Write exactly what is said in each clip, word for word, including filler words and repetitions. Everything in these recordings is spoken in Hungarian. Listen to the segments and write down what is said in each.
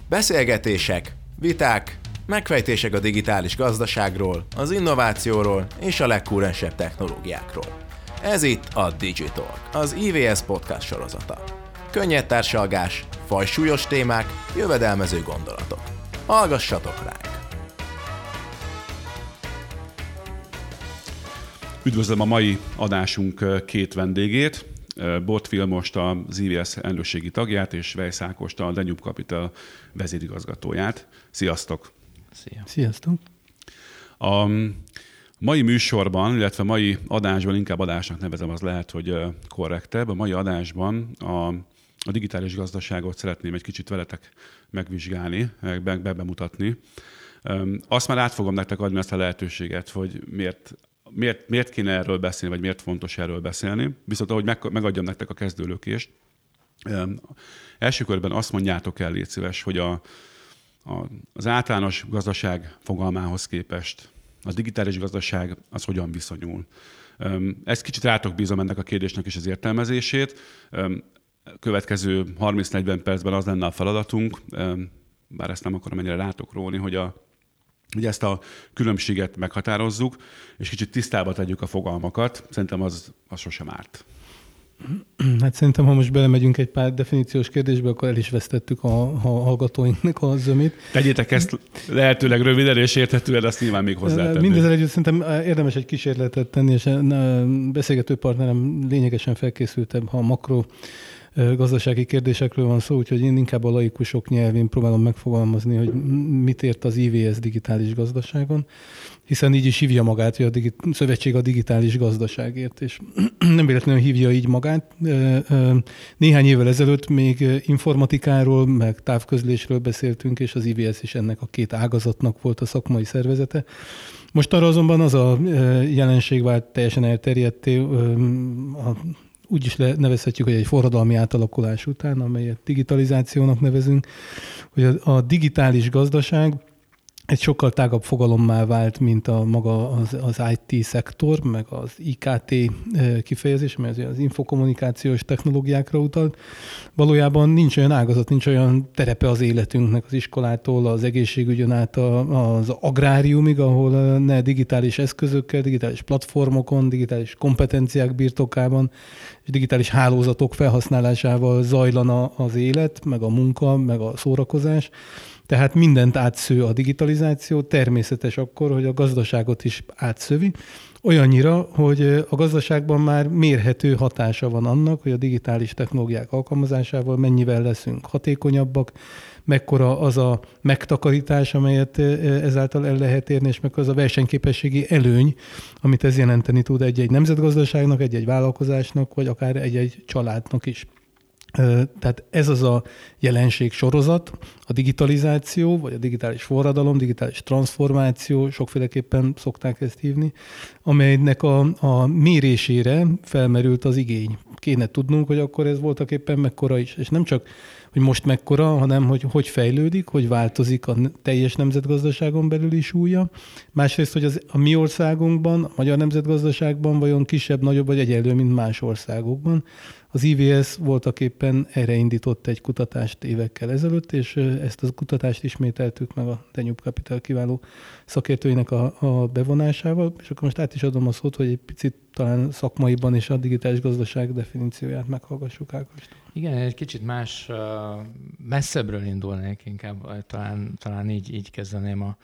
Beszélgetések, viták, megfejtések a digitális gazdaságról, az innovációról és a legkúrensebb technológiákról. Ez itt a Digitalk, az i vé es podcast sorozata. Könnyed társalgás, fajsúlyos témák, jövedelmező gondolatok. Hallgassatok ránk! Üdvözlöm a mai adásunk két vendégét, Bot Vilmost, az i vé es elnökségi tagját, és Weisz Ákost, a Danube Capital vezérigazgatóját. Sziasztok! Szia. Sziasztok! A mai műsorban, illetve mai adásban, inkább adásnak nevezem, az lehet, hogy korrektebb. A mai adásban a, a digitális gazdaságot szeretném egy kicsit veletek megvizsgálni, meg bemutatni. Azt már át fogom nektek adni ezt a lehetőséget, hogy miért Miért, miért kéne erről beszélni, vagy miért fontos erről beszélni. Viszont ahogy meg, megadjam nektek a kezdőlökést, első körben azt mondjátok el, légy szíves, hogy a, a, az általános gazdaság fogalmához képest a digitális gazdaság az hogyan viszonyul. Ezt kicsit rátok bízom ennek a kérdésnek is az értelmezését. Következő harminc-negyven percben az lenne a feladatunk, bár ezt nem akarom ennyire rátok róni, hogy a hogy ezt a különbséget meghatározzuk, és kicsit tisztába tegyük a fogalmakat. Szerintem az, az sosem árt. Hát szerintem, ha most belemegyünk egy pár definíciós kérdésbe, akkor el is vesztettük a, a hallgatóinknak a zömét. Tegyétek ezt lehetőleg röviden és érthetően, azt nyilván még hozzátenni. Mindezzel együtt szerintem érdemes egy kísérletet tenni, és a beszélgető partnerem lényegesen felkészültebb, ha a makro gazdasági kérdésekről van szó, úgyhogy én inkább a laikusok nyelvén próbálom megfogalmazni, hogy mit ért az i vé es digitális gazdaságon, hiszen így is hívja magát, hogy a digit- szövetség a digitális gazdaságért, és nem véletlenül hívja így magát. Néhány évvel ezelőtt még informatikáról, meg távközlésről beszéltünk, és az i vé es is ennek a két ágazatnak volt a szakmai szervezete. Most arra azonban az a jelenség vált teljesen elterjedté, a úgy is nevezhetjük, hogy egy forradalmi átalakulás után, amelyet digitalizációnak nevezünk, hogy a, a digitális gazdaság egy sokkal tágabb fogalommá vált, mint a maga az, az i té szektor, meg az i ká té kifejezés, mert az infokommunikációs technológiákra utalt. Valójában nincs olyan ágazat, nincs olyan terepe az életünknek, az iskolától, az egészségügyön át az agráriumig, ahol ne digitális eszközökkel, digitális platformokon, digitális kompetenciák birtokában és digitális hálózatok felhasználásával zajlana az élet, meg a munka, meg a szórakozás. Tehát mindent átsző a digitalizáció, természetes akkor, hogy a gazdaságot is átszövi, olyannyira, hogy a gazdaságban már mérhető hatása van annak, hogy a digitális technológiák alkalmazásával mennyivel leszünk hatékonyabbak, mekkora az a megtakarítás, amelyet ezáltal el lehet érni, és mekkora az a versenyképességi előny, amit ez jelenteni tud egy-egy nemzetgazdaságnak, egy-egy vállalkozásnak, vagy akár egy-egy családnak is. Tehát ez az a jelenség sorozat, a digitalizáció, vagy a digitális forradalom, digitális transformáció, sokféleképpen szokták ezt hívni, amelynek a, a mérésére felmerült az igény. Kéne tudnunk, hogy akkor ez voltaképpen mekkora is. És nem csak, hogy most mekkora, hanem hogy hogy fejlődik, hogy változik a teljes nemzetgazdaságon belüli súlya. Másrészt, hogy az, a mi országunkban, a magyar nemzetgazdaságban vajon kisebb, nagyobb vagy egyenlő, mint más országokban. Az i vé es voltaképpen erre indított egy kutatást évekkel ezelőtt, és ezt a kutatást ismételtük meg a Danube Capital kiváló szakértőinek a, a bevonásával, és akkor most át is adom a szót, hogy egy picit talán szakmaiban is a digitális gazdaság definícióját meghallgassuk, Ágost. Igen, egy kicsit más, messzebbről indulnék inkább, talán, talán így, így kezdeném a,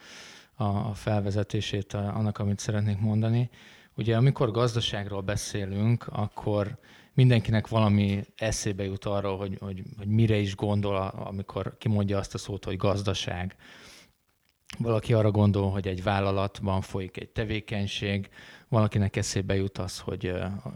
a felvezetését annak, amit szeretnék mondani. Ugye amikor gazdaságról beszélünk, akkor mindenkinek valami eszébe jut arról, hogy, hogy, hogy mire is gondol, amikor kimondja azt a szót, hogy gazdaság. Valaki arra gondol, hogy egy vállalatban folyik egy tevékenység, valakinek eszébe jut az, hogy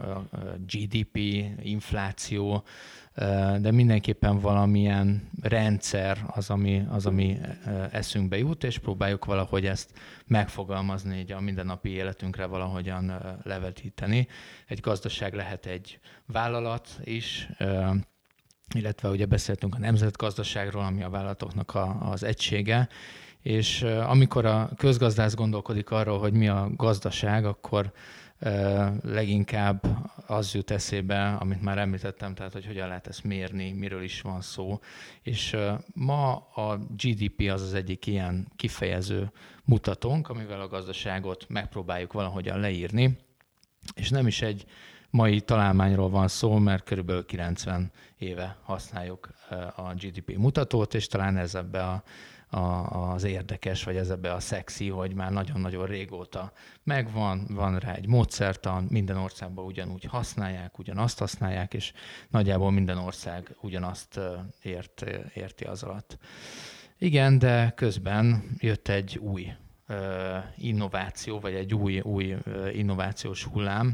gé dé pé, infláció, de mindenképpen valamilyen rendszer az, ami, az, ami eszünkbe jut, és próbáljuk valahogy ezt megfogalmazni, így a mindennapi életünkre valahogyan levetíteni. Egy gazdaság lehet egy vállalat is, illetve ugye beszéltünk a nemzetgazdaságról, ami a vállalatoknak a, az egysége, és amikor a közgazdász gondolkodik arról, hogy mi a gazdaság, akkor leginkább az jut eszébe, amit már említettem, tehát hogy hogyan lehet ezt mérni, miről is van szó. És ma a gé dé pé az az egyik ilyen kifejező mutatónk, amivel a gazdaságot megpróbáljuk valahogyan leírni, és nem is egy mai találmányról van szó, mert körülbelül kilencven éve használjuk a gé dé pé mutatót, és talán ez ebbe a A, az érdekes, vagy ez ebbe a szexi, hogy már nagyon-nagyon régóta megvan, van rá egy módszertan, minden országban ugyanúgy használják, ugyanazt használják, és nagyjából minden ország ugyanazt ért, érti az alatt. Igen, de közben jött egy új innováció, vagy egy új, új innovációs hullám,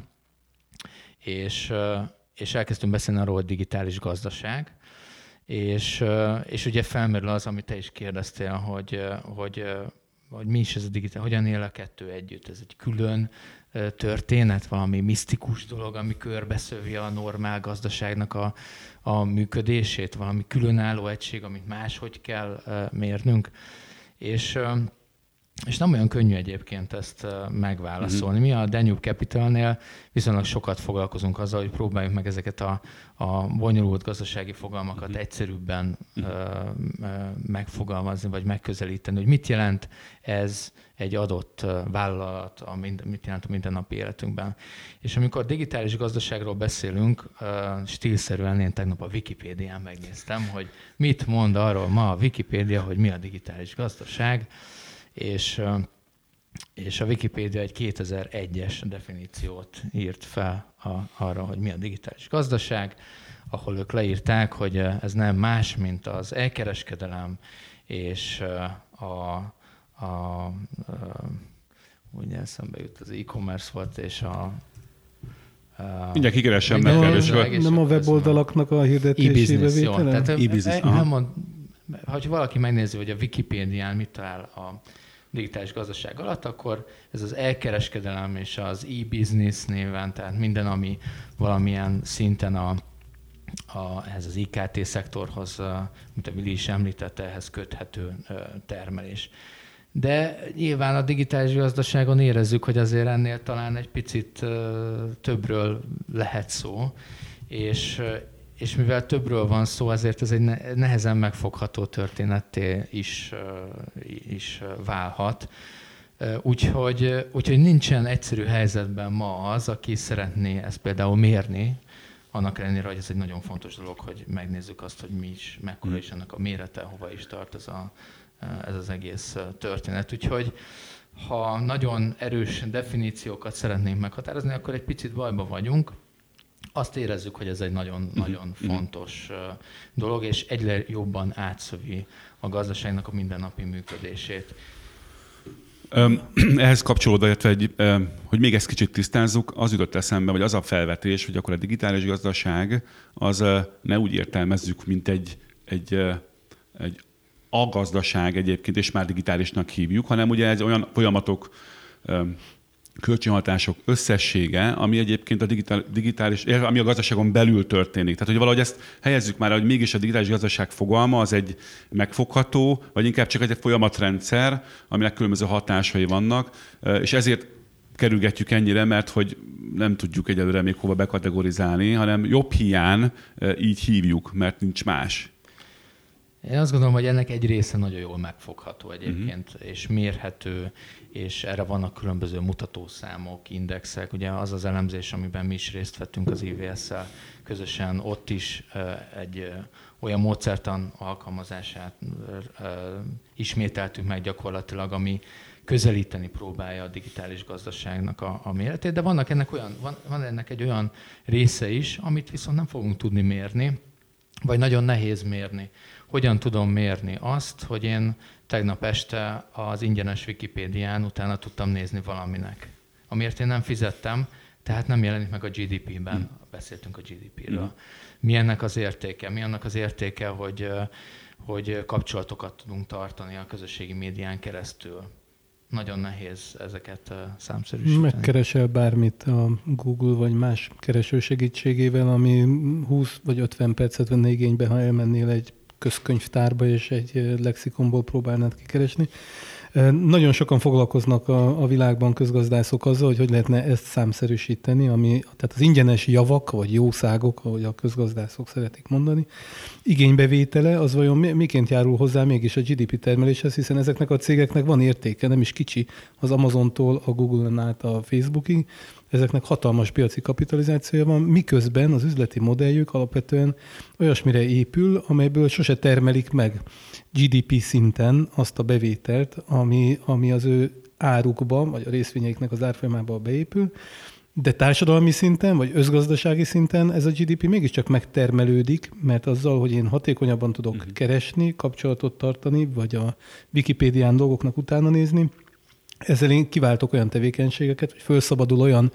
és, és elkezdtünk beszélni arról, hogy digitális gazdaság, És, és ugye felmerül az, amit te is kérdeztél, hogy, hogy, hogy mi is ez a digitál, hogyan él a kettő együtt. Ez egy külön történet, valami misztikus dolog, ami körbeszövi a normál gazdaságnak a, a működését, valami különálló egység, amit máshogy kell mérnünk. És, és nem olyan könnyű egyébként ezt megválaszolni. Mi a Danube Capitalnél viszonylag sokat foglalkozunk azzal, hogy próbáljuk meg ezeket a, a bonyolult gazdasági fogalmakat uh-huh. egyszerűbben uh-huh. uh, megfogalmazni, vagy megközelíteni, hogy mit jelent ez egy adott vállalat, a mind, mit jelent a mindennapi életünkben. És amikor digitális gazdaságról beszélünk, uh, stílszerűen én tegnap a Wikipédián megnéztem, hogy mit mond arról ma a Wikipédia, hogy mi a digitális gazdaság, és, és a Wikipédia egy kétezer-egyes definíciót írt fel a, arra, hogy mi a digitális gazdaság, ahol ők leírták, hogy ez nem más, mint az elkereskedelem és a, a, a úgy eszembe jut, az e-commerce volt, és a mindjárt kikeresem meg. Nem, nem, nem a weboldalaknak a hirdetésébe vétele? E-business. Nem mond, ha valaki megnézi, hogy a Wikipédián mit talál a digitális gazdaság alatt, akkor ez az elkereskedelem és az e-business néven, tehát minden, ami valamilyen szinten a, a, ez az i ká té szektorhoz, mint a Vili is említette, ehhez köthető termelés. De nyilván a digitális gazdaságon érezzük, hogy azért ennél talán egy picit többről lehet szó, és És mivel többről van szó, ezért ez egy nehezen megfogható történetté is, is válhat. Úgyhogy, úgyhogy nincsen egyszerű helyzetben ma az, aki szeretné ezt például mérni, annak ellenére, hogy ez egy nagyon fontos dolog, hogy megnézzük azt, hogy mi is, mekkora is ennek a mérete, hova is tart ez, a, ez az egész történet. Úgyhogy ha nagyon erős definíciókat szeretnénk meghatározni, akkor egy picit bajba vagyunk. Azt érezzük, hogy ez egy nagyon-nagyon uh-huh. fontos dolog, és egyre jobban átszövi a gazdaságnak a mindennapi működését. Ehhez kapcsolódva, illetve, hogy még ezt kicsit tisztázzuk, az jutott eszembe, vagy az a felvetés, hogy akkor a digitális gazdaság az ne úgy értelmezzük, mint egy, egy, egy a gazdaság egyébként, és már digitálisnak hívjuk, hanem ugye ez olyan folyamatok, kölcsönhatások összessége, ami egyébként a digitál, digitális, ami a gazdaságon belül történik. Tehát, hogy valahogy ezt helyezzük már, hogy mégis a digitális gazdaság fogalma az egy megfogható, vagy inkább csak egy folyamatrendszer, aminek különböző hatásai vannak, és ezért kerülgetjük ennyire, mert hogy nem tudjuk egyelőre még hova bekategorizálni, hanem jobb hiány így hívjuk, mert nincs más. Én azt gondolom, hogy ennek egy része nagyon jól megfogható egyébként, uh-huh. és mérhető, és erre vannak különböző mutatószámok, indexek. Ugye az az elemzés, amiben mi is részt vettünk az i vé es-szel közösen, ott is uh, egy uh, olyan módszertan alkalmazását uh, ismételtük meg gyakorlatilag, ami közelíteni próbálja a digitális gazdaságnak a, a méretét, de vannak ennek olyan, van, van ennek egy olyan része is, amit viszont nem fogunk tudni mérni, vagy nagyon nehéz mérni. Hogyan tudom mérni azt, hogy én tegnap este az ingyenes Wikipédián utána tudtam nézni valaminek, amiért én nem fizettem, tehát nem jelenik meg a gé dé pé-ben. Hmm. Beszéltünk a gé dé pé-ről. Hmm. Mi ennek az értéke? Mi annak az értéke, hogy, hogy kapcsolatokat tudunk tartani a közösségi médián keresztül? Nagyon nehéz ezeket számszerűsíteni. Megkeresel bármit a Google vagy más kereső segítségével, ami húsz vagy ötven percet venne igénybe, ha elmennél egy közkönyvtárba és egy lexikonból próbálnád kikeresni. Nagyon sokan foglalkoznak a, a világban közgazdászok azzal, hogy hogy lehetne ezt számszerűsíteni, ami, tehát az ingyenes javak, vagy jószágok, ahogy a közgazdászok szeretik mondani, igénybevétele, az vajon miként járul hozzá mégis a gé dé pé termeléshez, hiszen ezeknek a cégeknek van értéke, nem is kicsi, az Amazontól a Google-en át a Facebookig, ezeknek hatalmas piaci kapitalizációja van, miközben az üzleti modelljük alapvetően olyasmire épül, amelyből sose termelik meg gé dé pé szinten azt a bevételt, ami, ami az ő árukba, vagy a részvényeiknek az árfolyamába beépül, de társadalmi szinten, vagy özgazdasági szinten ez a gé dé pé mégiscsak megtermelődik, mert azzal, hogy én hatékonyabban tudok uh-huh. keresni, kapcsolatot tartani, vagy a Wikipédián dolgoknak utána nézni, ezzel én kiváltok olyan tevékenységeket, hogy felszabadul olyan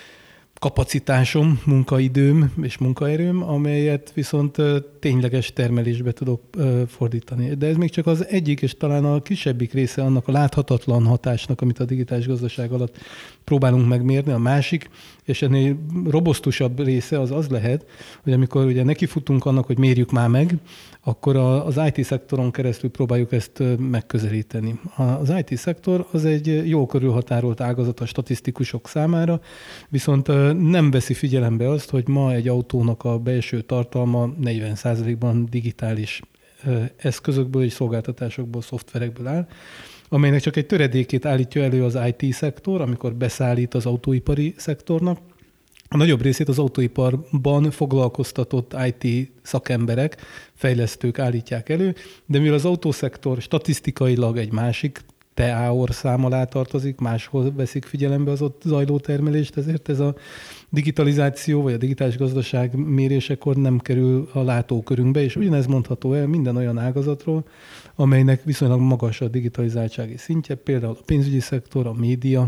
kapacitásom, munkaidőm és munkaerőm, amelyet viszont tényleges termelésbe tudok fordítani. De ez még csak az egyik, és talán a kisebbik része annak a láthatatlan hatásnak, amit a digitális gazdaság alatt próbálunk megmérni. A másik, és ennél robosztusabb része az az lehet, hogy amikor ugye nekifutunk annak, hogy mérjük már meg, akkor az i té-szektoron keresztül próbáljuk ezt megközelíteni. Az i té-szektor az egy jól körülhatárolt ágazat a statisztikusok számára, viszont nem veszi figyelembe azt, hogy ma egy autónak a belső tartalma negyven százalékban digitális eszközökből és szolgáltatásokból, szoftverekből áll, amelynek csak egy töredékét állítja elő az i té-szektor, amikor beszállít az autóipari szektornak. A nagyobb részét az autóiparban foglalkoztatott i té szakemberek, fejlesztők állítják elő, de mivel az autószektor statisztikailag egy másik té á orszám alá tartozik, máshol veszik figyelembe az ott zajló termelést, ezért ez a digitalizáció vagy a digitális gazdaság mérésekor nem kerül a látókörünkbe, és ugyanez mondható el minden olyan ágazatról, amelynek viszonylag magas a digitalizáltsági szintje, például a pénzügyi szektor, a média,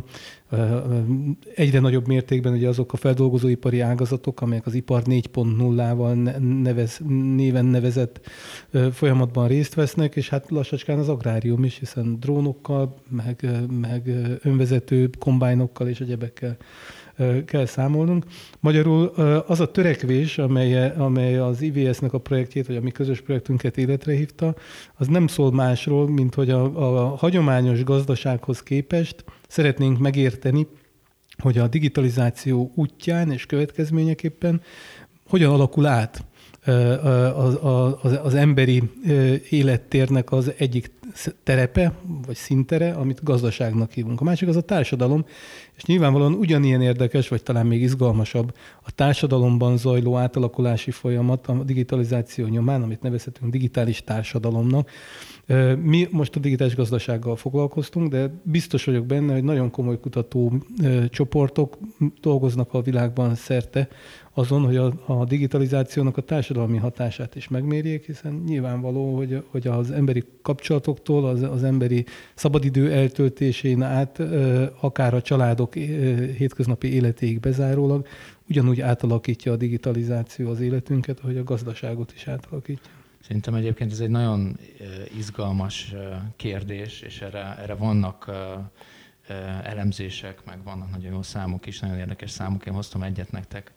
egyre nagyobb mértékben ugye azok a feldolgozóipari ágazatok, amelyek az ipar négy pont nullával nevez, néven nevezett folyamatban részt vesznek, és hát lassacskán az agrárium is, hiszen drónokkal, meg, meg önvezető kombájnokkal és egyebekkel kell számolnunk. Magyarul az a törekvés, amely, amely az i vé es-nek a projektjét, vagy a mi közös projektünket életre hívta, az nem szól másról, mint hogy a, a hagyományos gazdasághoz képest szeretnénk megérteni, hogy a digitalizáció útján és következményeképpen hogyan alakul át az, az, az emberi élettérnek az egyik terepe, vagy színtere, amit gazdaságnak hívunk. A másik az a társadalom, és nyilvánvalóan ugyanilyen érdekes, vagy talán még izgalmasabb a társadalomban zajló átalakulási folyamat a digitalizáció nyomán, amit nevezhetünk digitális társadalomnak. Mi most a digitális gazdasággal foglalkoztunk, de biztos vagyok benne, hogy nagyon komoly kutató csoportok dolgoznak a világban szerte azon, hogy a, a digitalizációnak a társadalmi hatását is megmérjék, hiszen nyilvánvaló, hogy, hogy az emberi kapcsolatoktól, az, az emberi szabadidő eltöltésén át, akár a családok hétköznapi életéig bezárólag, ugyanúgy átalakítja a digitalizáció az életünket, ahogy a gazdaságot is átalakítja. Szerintem egyébként ez egy nagyon izgalmas kérdés, és erre, erre vannak elemzések, meg vannak nagyon jó számok is, nagyon érdekes számok. Én hoztam egyet nektek,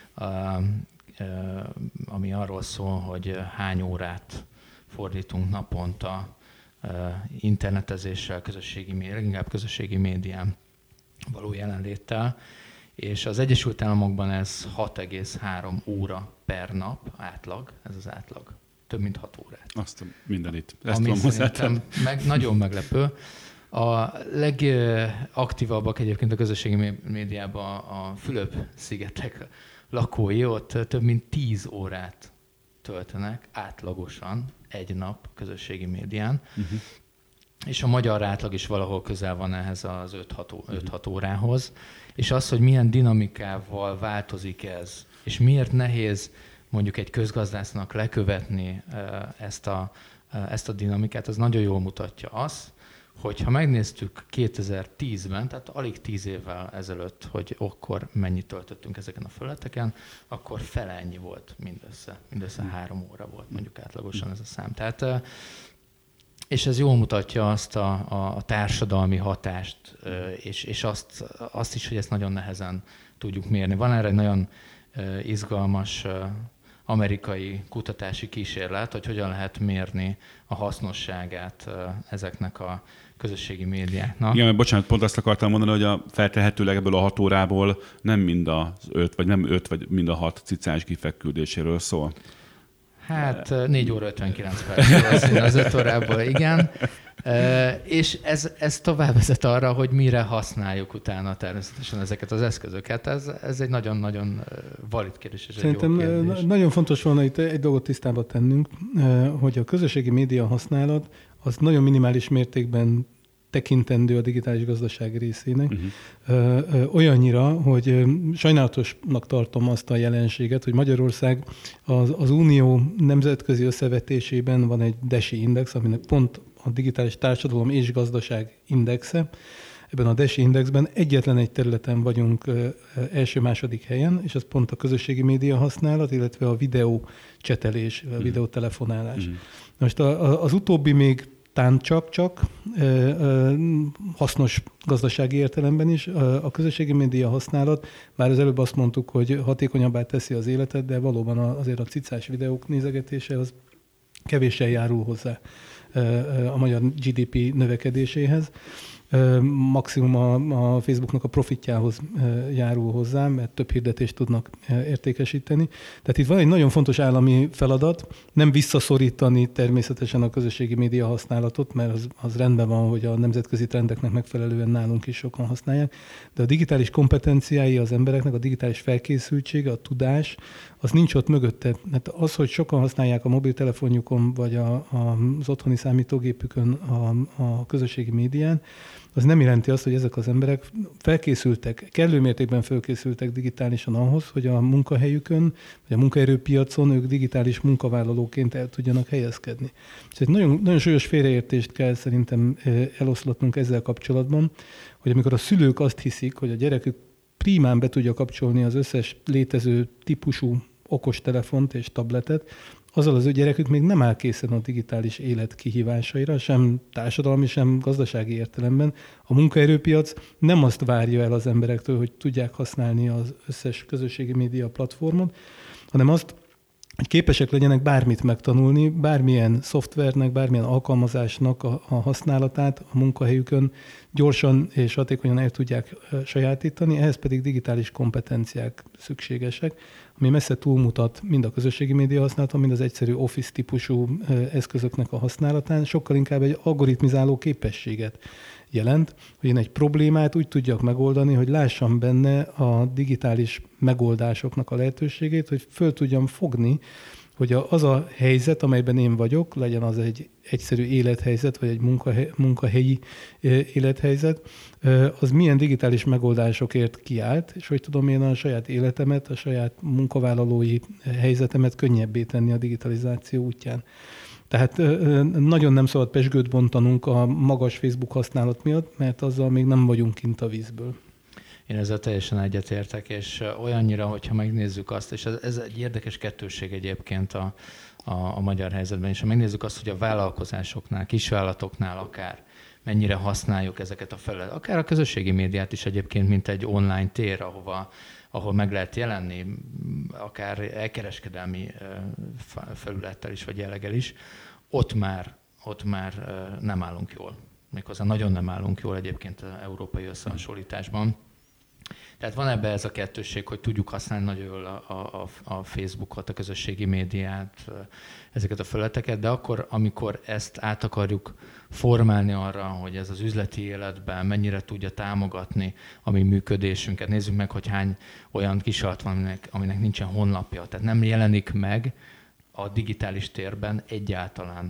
ami arról szól, hogy hány órát fordítunk naponta internetezéssel, közösségi, inkább közösségi médián való jelenléttel, és az Egyesült Államokban ez hat egész három óra per nap átlag, ez az átlag. Több mint hat órát. Azt mindenit. Ezt ami tudom szerintem meg, nagyon meglepő. A legaktívabbak egyébként a közösségi médiában a Fülöp-szigetek lakói, ott több mint tíz órát töltenek átlagosan egy nap közösségi médián, uh-huh. és a magyar átlag is valahol közel van ehhez az öt-hat órához. És az, hogy milyen dinamikával változik ez, és miért nehéz mondjuk egy közgazdásznak lekövetni ezt a, ezt a dinamikát, az nagyon jól mutatja azt, hogy ha megnéztük kétezer-tízben, tehát alig tíz évvel ezelőtt, hogy akkor mennyit töltöttünk ezeken a felületeken, akkor fele ennyi volt mindössze. Mindössze három óra volt mondjuk átlagosan ez a szám. Tehát, és ez jól mutatja azt a, a társadalmi hatást, és, és azt, azt is, hogy ezt nagyon nehezen tudjuk mérni. Van erre egy nagyon izgalmas amerikai kutatási kísérlet, hogy hogyan lehet mérni a hasznosságát ezeknek a közösségi médiáknak. Igen, mert bocsánat, pont azt akartam mondani, hogy a feltehetőleg ebből a hat órából nem mind az öt, vagy nem öt, vagy mind a hat cicás gifek küldéséről szól. Hát négy óra ötvenkilenc perc az öt órából, igen. E, és ez, ez tovább vezet arra, hogy mire használjuk utána természetesen ezeket az eszközöket. Ez, ez egy nagyon-nagyon valid kérdés. És Szerintem egy jó kérdés. Nagyon fontos volna itt egy dolgot tisztába tennünk, hogy a közösségi média használat az nagyon minimális mértékben tekintendő a digitális gazdaság részének. Uh-huh. Olyannyira, hogy sajnálatosnak tartom azt a jelenséget, hogy Magyarország az, az Unió nemzetközi összevetésében van egy DESI index, aminek pont a digitális társadalom és gazdaság indexe. Ebben a DESI indexben egyetlen egy területen vagyunk első-második helyen, és az pont a közösségi média használat, illetve a videó csetelés, a videótelefonálás. Uh-huh. Most az utóbbi még tán csak-csak hasznos gazdasági értelemben is. A közösségi média használat, bár az előbb azt mondtuk, hogy hatékonyabbá teszi az életet, de valóban azért a cicás videók nézegetése az kevéssel járul hozzá a magyar gé dé pé növekedéséhez. Maximum a, a Facebooknak a profitjához járul hozzá, mert több hirdetést tudnak értékesíteni. Tehát itt van egy nagyon fontos állami feladat, nem visszaszorítani természetesen a közösségi média használatot, mert az, az rendben van, hogy a nemzetközi trendeknek megfelelően nálunk is sokan használják, de a digitális kompetenciái az embereknek, a digitális felkészültsége, a tudás, az nincs ott mögötte. Hát az, hogy sokan használják a mobiltelefonjukon, vagy a, a, az otthoni számítógépükön a, a közösségi médián, az nem jelenti azt, hogy ezek az emberek felkészültek, kellő mértékben felkészültek digitálisan ahhoz, hogy a munkahelyükön, vagy a munkaerőpiacon ők digitális munkavállalóként el tudjanak helyezkedni. Szóval nagyon, nagyon súlyos félreértést kell szerintem eloszlatnunk ezzel kapcsolatban, hogy amikor a szülők azt hiszik, hogy a gyerekük prímán be tudja kapcsolni az összes létező típusú okostelefont és tabletet, azzal az ő gyerekük még nem áll készen a digitális élet kihívásaira, sem társadalmi, sem gazdasági értelemben. A munkaerőpiac nem azt várja el az emberektől, hogy tudják használni az összes közösségi média platformot, hanem azt, hogy képesek legyenek bármit megtanulni, bármilyen szoftvernek, bármilyen alkalmazásnak a, a használatát a munkahelyükön gyorsan és hatékonyan el tudják sajátítani, ehhez pedig digitális kompetenciák szükségesek, ami messze túlmutat mind a közösségi média használaton, mind az egyszerű office típusú eszközöknek a használatán, sokkal inkább egy algoritmizáló képességet jelent, hogy én egy problémát úgy tudjak megoldani, hogy lássam benne a digitális megoldásoknak a lehetőségét, hogy föl tudjam fogni, hogy az a helyzet, amelyben én vagyok, legyen az egy egyszerű élethelyzet, vagy egy munkahely, munkahelyi élethelyzet, az milyen digitális megoldásokért kiállt, és hogy tudom én a saját életemet, a saját munkavállalói helyzetemet könnyebbé tenni a digitalizáció útján. Tehát nagyon nem szabad pezsgőt bontanunk a magas Facebook használat miatt, mert azzal még nem vagyunk kint a vízből. Én ezzel teljesen egyetértek, és olyannyira, hogyha megnézzük azt, és ez, ez egy érdekes kettősség egyébként a, a, a magyar helyzetben, és ha megnézzük azt, hogy a vállalkozásoknál, kisvállalatoknál akár mennyire használjuk ezeket a felületeket, akár a közösségi médiát is egyébként, mint egy online tér, ahova, ahol meg lehet jelenni, akár elkereskedelmi felülettel is, vagy jelleggel is, ott már, ott már nem állunk jól. Méghozzá nagyon nem állunk jól egyébként az európai összehasonlításban. Tehát van ebbe ez a kettősség, hogy tudjuk használni nagyon jól a, a, a Facebookot, a közösségi médiát, ezeket a felületeket, de akkor, amikor ezt át akarjuk formálni arra, hogy ez az üzleti életben mennyire tudja támogatni a mi működésünket. Nézzük meg, hogy hány olyan kisvállalat van, aminek, aminek nincsen honlapja. Tehát nem jelenik meg a digitális térben egyáltalán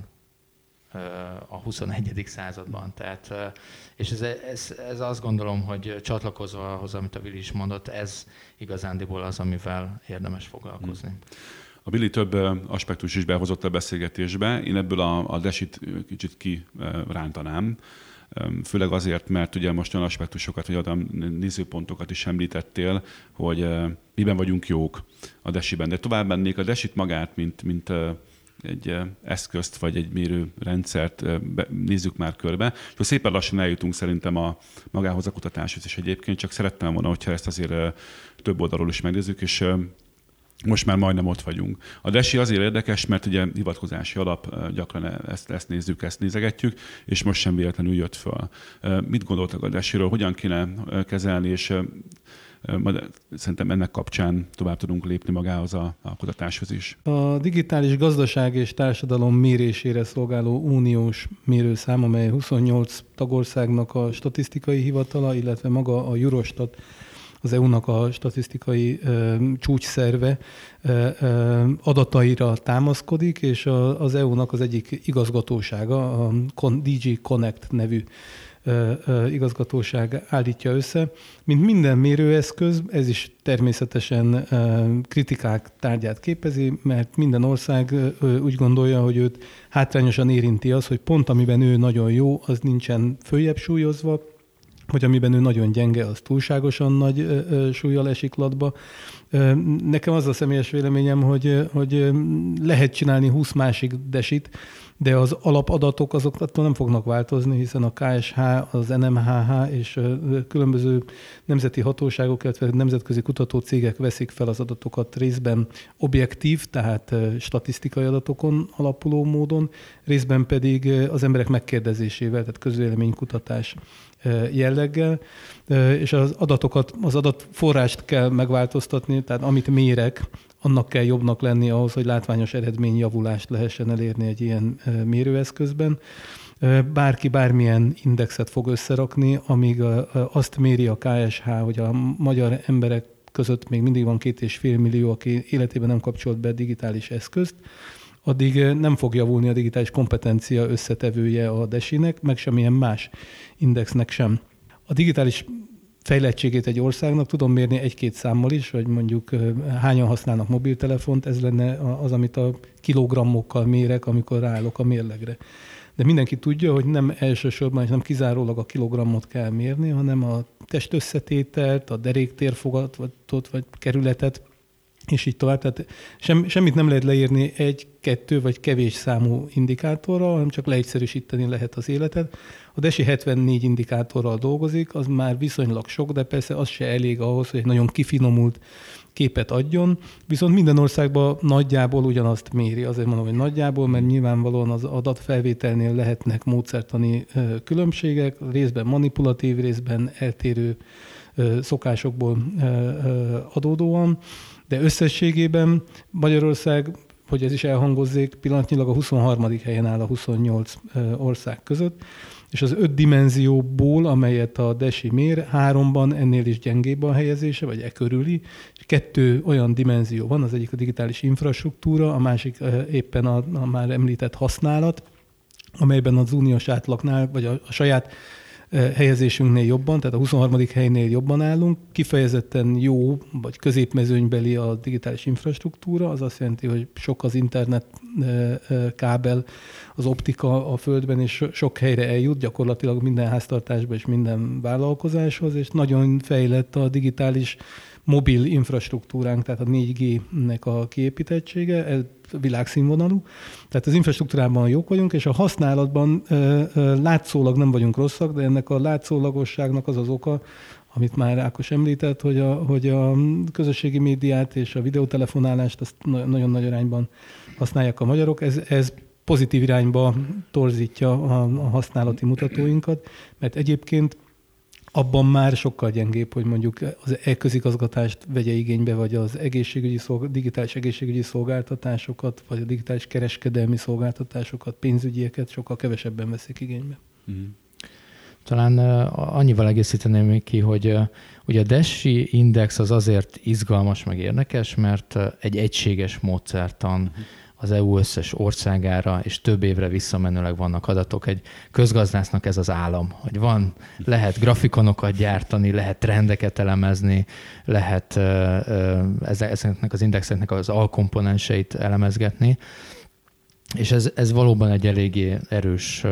a huszonegyedik században. Tehát, és ez, ez, ez azt gondolom, hogy csatlakozva ahhoz, amit a Vili is mondott, ez igazándiból az, amivel érdemes foglalkozni. A Vili több aspektus is behozott a beszélgetésbe. Én ebből a, a desit kicsit kirántanám. Főleg azért, mert ugye most olyan aspektusokat, vagy olyan nézőpontokat is említettél, hogy miben vagyunk jók a desiben. De tovább mennék a desit magát, mint, mint egy eszközt, vagy egy mérőrendszert nézzük már körbe. És szépen lassan eljutunk szerintem a magához a kutatáshoz is egyébként, csak szerettem volna, hogyha ezt azért több oldalról is megnézzük, és most már majdnem ott vagyunk. A desi azért érdekes, mert ugye hivatkozási alap, gyakran ezt, ezt nézzük, ezt nézegetjük, és most sem véletlenül jött föl. Mit gondoltak a desiről, hogyan kéne kezelni, és szerintem ennek kapcsán tovább tudunk lépni magához a, a kutatáshoz is. A digitális gazdaság és társadalom mérésére szolgáló uniós mérőszám, amely huszonnyolc tagországnak a statisztikai hivatala, illetve maga a Eurostat, az é u-nak a statisztikai ö, csúcsszerve ö, ö, adataira támaszkodik, és a, az é u-nak az egyik igazgatósága, a dé gé Connect nevű ö, ö, igazgatóság állítja össze. Mint minden mérőeszköz, ez is természetesen ö, kritikák tárgyát képezi, mert minden ország ö, úgy gondolja, hogy őt hátrányosan érinti az, hogy pont amiben ő nagyon jó, az nincsen följebb súlyozva, hogy amiben ő nagyon gyenge, az túlságosan nagy ö, ö, súllyal esik latba. Ö, nekem az a személyes véleményem, hogy, hogy lehet csinálni húsz másik desit, de az alapadatok azok attól nem fognak változni, hiszen a ká es há, az en em há há és különböző nemzeti hatóságok, illetve nemzetközi kutatócégek veszik fel az adatokat részben objektív, tehát statisztikai adatokon alapuló módon, részben pedig az emberek megkérdezésével, tehát közvéleménykutatás jelleggel, és az adatokat, az adatforrást kell megváltoztatni, tehát amit mérek, annak kell jobbnak lenni ahhoz, hogy látványos eredményjavulást lehessen elérni egy ilyen mérőeszközben. Bárki bármilyen indexet fog összerakni, amíg azt méri a ká es há, hogy a magyar emberek között még mindig van két és fél millió, aki életében nem kapcsolt be digitális eszközt, addig nem fog javulni a digitális kompetencia összetevője a desinek, meg semmilyen más indexnek sem. A digitális fejlettségét egy országnak tudom mérni egy-két számmal is, hogy mondjuk hányan használnak mobiltelefont, ez lenne az, amit a kilogrammokkal mérek, amikor ráállok a mérlegre. De mindenki tudja, hogy nem elsősorban, és nem kizárólag a kilogrammot kell mérni, hanem a testösszetételt, a deréktérfogatot vagy kerületet, és így tovább. Tehát sem, semmit nem lehet leírni egy, kettő vagy kevés számú indikátorral, hanem csak leegyszerűsíteni lehet az életet. A desi hetvennégy indikátorral dolgozik, az már viszonylag sok, de persze az se elég ahhoz, hogy egy nagyon kifinomult képet adjon, viszont minden országban nagyjából ugyanazt méri. Azért mondom, hogy nagyjából, mert nyilvánvalóan az adatfelvételnél lehetnek módszertani különbségek, részben manipulatív, részben eltérő szokásokból adódóan, de összességében Magyarország, hogy ez is elhangozzék, pillanatnyilag a huszonharmadik helyen áll a huszonnyolc ország között, és az öt dimenzióból, amelyet a desi mér, háromban ennél is gyengébb a helyezése, vagy e körüli, és kettő olyan dimenzió van, az egyik a digitális infrastruktúra, a másik éppen a, a már említett használat, amelyben az uniós átlagnál, vagy a, a saját helyezésünknél jobban, tehát a huszonharmadik helynél jobban állunk. Kifejezetten jó, vagy középmezőnybeli a digitális infrastruktúra, az azt jelenti, hogy sok az internet kábel, az optika a földben, és sok helyre eljut, gyakorlatilag minden háztartásba és minden vállalkozáshoz, és nagyon fejlett a digitális mobil infrastruktúránk, tehát a négy G-nek a kiépítettsége, ez világszínvonalú. Tehát az infrastruktúrában jók vagyunk, és a használatban ö, ö, látszólag nem vagyunk rosszak, de ennek a látszólagosságnak az az oka, amit már Ákos említett, hogy a, hogy a közösségi médiát és a videótelefonálást azt nagyon nagy arányban használják a magyarok. Ez, ez pozitív irányba torzítja a, a használati mutatóinkat, mert egyébként abban már sokkal gyengébb, hogy mondjuk az e-közigazgatást vegye igénybe, vagy az egészségügyi szolg- digitális egészségügyi szolgáltatásokat, vagy a digitális kereskedelmi szolgáltatásokat, pénzügyieket sokkal kevesebben veszik igénybe. Mm. Talán uh, annyival egészíteném még ki, hogy uh, ugye a desi index az azért izgalmas, meg érdekes, mert uh, egy egységes módszertan, mm. az é u összes országára, és több évre visszamenőleg vannak adatok. Egy közgazdásznak ez az álom, hogy van, lehet grafikonokat gyártani, lehet trendeket elemezni, lehet ezeknek az indexeknek az alkomponenseit elemezgetni, és ez, ez valóban egy eléggé erős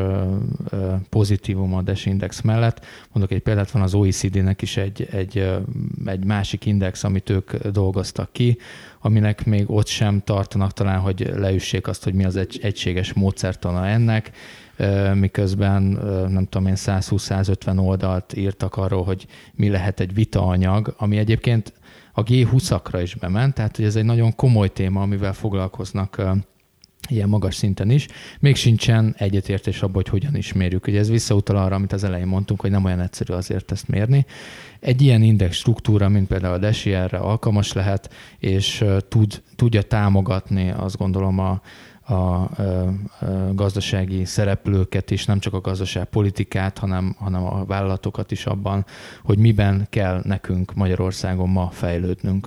pozitívum a desi index mellett. Mondok egy példát, van az o e cé dé-nek is egy, egy, egy másik index, amit ők dolgoztak ki, aminek még ott sem tartanak talán, hogy leüssék azt, hogy mi az egy, egységes módszertana ennek, miközben nem tudom én százhúsz-százötven oldalt írtak arról, hogy mi lehet egy vitaanyag, ami egyébként a gé húszakra is bement, tehát hogy ez egy nagyon komoly téma, amivel foglalkoznak ilyen magas szinten is. Még sincsen egyetértés abban, hogy hogyan is mérjük. Ugye ez visszautal arra, amit az elején mondtunk, hogy nem olyan egyszerű azért ezt mérni. Egy ilyen index struktúra, mint például a DESI erre alkalmas lehet, és tud, tudja támogatni, azt gondolom, a, a, a, a gazdasági szereplőket is, nem csak a gazdaságpolitikát, hanem, hanem a vállalatokat is abban, hogy miben kell nekünk Magyarországon ma fejlődnünk.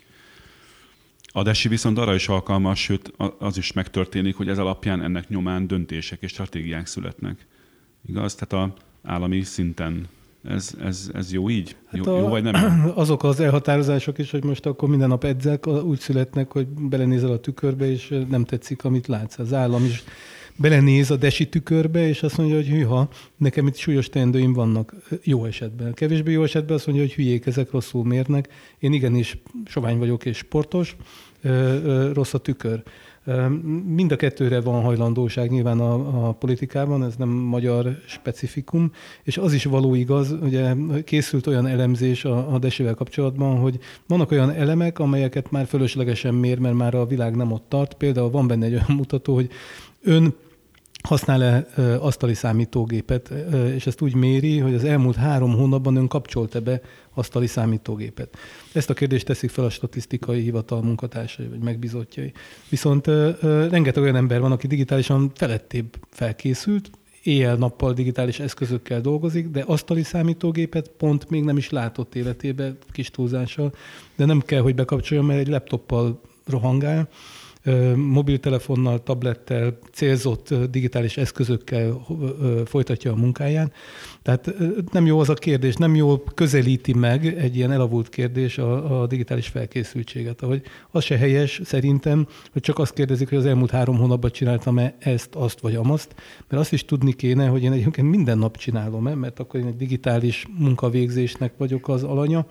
A DESI viszont arra is alkalmas, sőt az is megtörténik, hogy ez alapján ennek nyomán döntések és stratégiák születnek. Igaz? Tehát az állami szinten ez, ez, ez jó így? Hát jó, a, jó vagy nem? Azok az elhatározások is, hogy most akkor minden nap edzek, úgy születnek, hogy belenézel a tükörbe, és nem tetszik, amit látsz. Az állam is belenéz a DESI tükörbe, és azt mondja, hogy hűha, nekem itt súlyos teendőim vannak jó esetben. Kevésbé jó esetben azt mondja, hogy hülyék, ezek rosszul mérnek. Én igenis sovány vagyok és sportos, rossz a tükör. Mind a kettőre van hajlandóság nyilván a, a politikában, ez nem magyar specifikum, és az is való igaz, ugye készült olyan elemzés a, a DESI-vel kapcsolatban, hogy vannak olyan elemek, amelyeket már fölöslegesen mér, mert már a világ nem ott tart. Például van benne egy olyan mutató, hogy ön használ-e asztali számítógépet, és ezt úgy méri, hogy az elmúlt három hónapban ön kapcsolta be asztali számítógépet. Ezt a kérdést teszik fel a statisztikai hivatal munkatársai, vagy megbízottjai. Viszont rengeteg olyan ember van, aki digitálisan felettébb felkészült, éjjel-nappal digitális eszközökkel dolgozik, de asztali számítógépet pont még nem is látott életébe, kis túlzással, de nem kell, hogy bekapcsoljon, mert egy laptoppal rohangál, mobiltelefonnal, tablettel, célzott digitális eszközökkel folytatja a munkáján. Tehát nem jó az a kérdés, nem jól közelíti meg egy ilyen elavult kérdés a, a digitális felkészültséget. Ahogy az se helyes szerintem, hogy csak azt kérdezik, hogy az elmúlt három hónapban csináltam-e ezt, azt vagy amazt, mert azt is tudni kéne, hogy én egyébként minden nap csinálom-e, mert akkor én egy digitális munkavégzésnek vagyok az alanya,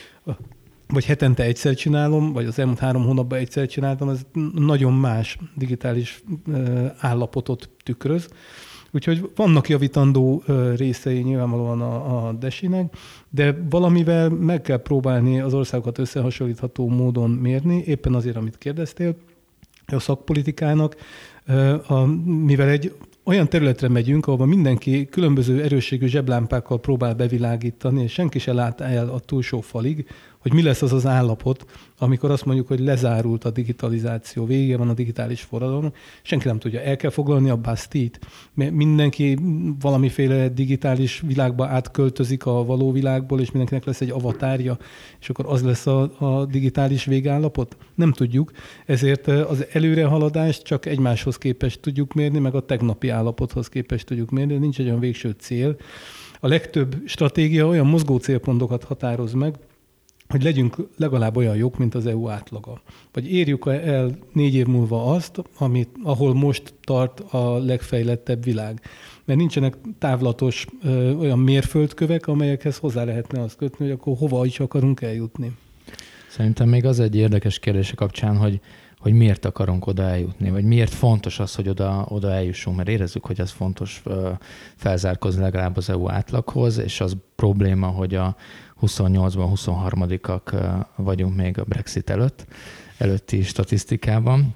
vagy hetente egyszer csinálom, vagy az elmúlt három hónapban egyszer csináltam, ez nagyon más digitális állapotot tükröz. Úgyhogy vannak javítandó részei nyilvánvalóan a, a DESI-nek, de valamivel meg kell próbálni az országokat összehasonlítható módon mérni, éppen azért, amit kérdeztél, a szakpolitikának, a, mivel egy olyan területre megyünk, ahol mindenki különböző erősségű zseblámpákkal próbál bevilágítani, és senki se lát el a túlsó falig, hogy mi lesz az az állapot, amikor azt mondjuk, hogy lezárult a digitalizáció, vége van a digitális forradalom, senki nem tudja, el kell foglalni a Bastille-t, mert mindenki valamiféle digitális világba átköltözik a való világból, és mindenkinek lesz egy avatárja, és akkor az lesz a, a digitális végállapot? Nem tudjuk, ezért az előrehaladást csak egymáshoz képest tudjuk mérni, meg a tegnapi állapothoz képest tudjuk mérni, nincs egy olyan végső cél. A legtöbb stratégia olyan mozgó célpontokat határoz meg, hogy legyünk legalább olyan jók, mint az é u átlaga. Vagy érjük el négy év múlva azt, amit, ahol most tart a legfejlettebb világ. Mert nincsenek távlatos ö, olyan mérföldkövek, amelyekhez hozzá lehetne azt kötni, hogy akkor hova is akarunk eljutni. Szerintem még az egy érdekes kérdése kapcsán, hogy, hogy miért akarunk oda eljutni, vagy miért fontos az, hogy oda, oda eljussunk, mert érezzük, hogy ez fontos ö, felzárkozni legalább az é u átlaghoz, és az probléma, hogy a huszonnyolcban huszonharmadikak vagyunk még a Brexit előtt, előtti statisztikában.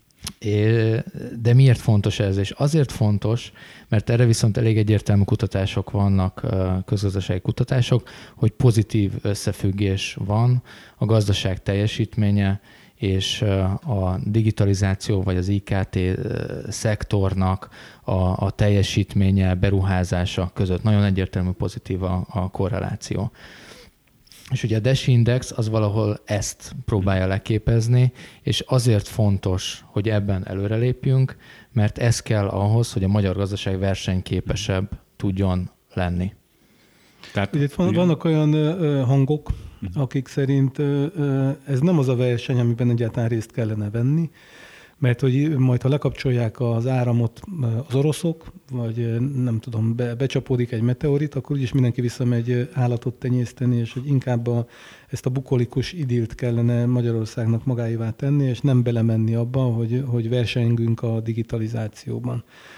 De miért fontos ez? És azért fontos, mert erre viszont elég egyértelmű kutatások vannak, közgazdasági kutatások, hogy pozitív összefüggés van a gazdaság teljesítménye és a digitalizáció vagy az i ká té szektornak a, a teljesítménye, beruházása között. Nagyon egyértelmű pozitív a, a korreláció. És ugye a DESI Index az valahol ezt próbálja leképezni, és azért fontos, hogy ebben előrelépjünk, mert ez kell ahhoz, hogy a magyar gazdaság versenyképesebb tudjon lenni. Tehát, ugye, van, vannak olyan ö, hangok, akik szerint ö, ö, ez nem az a verseny, amiben egyáltalán részt kellene venni, mert hogy majd, ha lekapcsolják az áramot az oroszok, vagy nem tudom, be, becsapódik egy meteorit, akkor úgyis mindenki visszamegy állatot tenyészteni, és hogy inkább a, ezt a bukolikus idilt kellene Magyarországnak magáévá tenni, és nem belemenni abba, hogy, hogy versengünk a digitalizációban.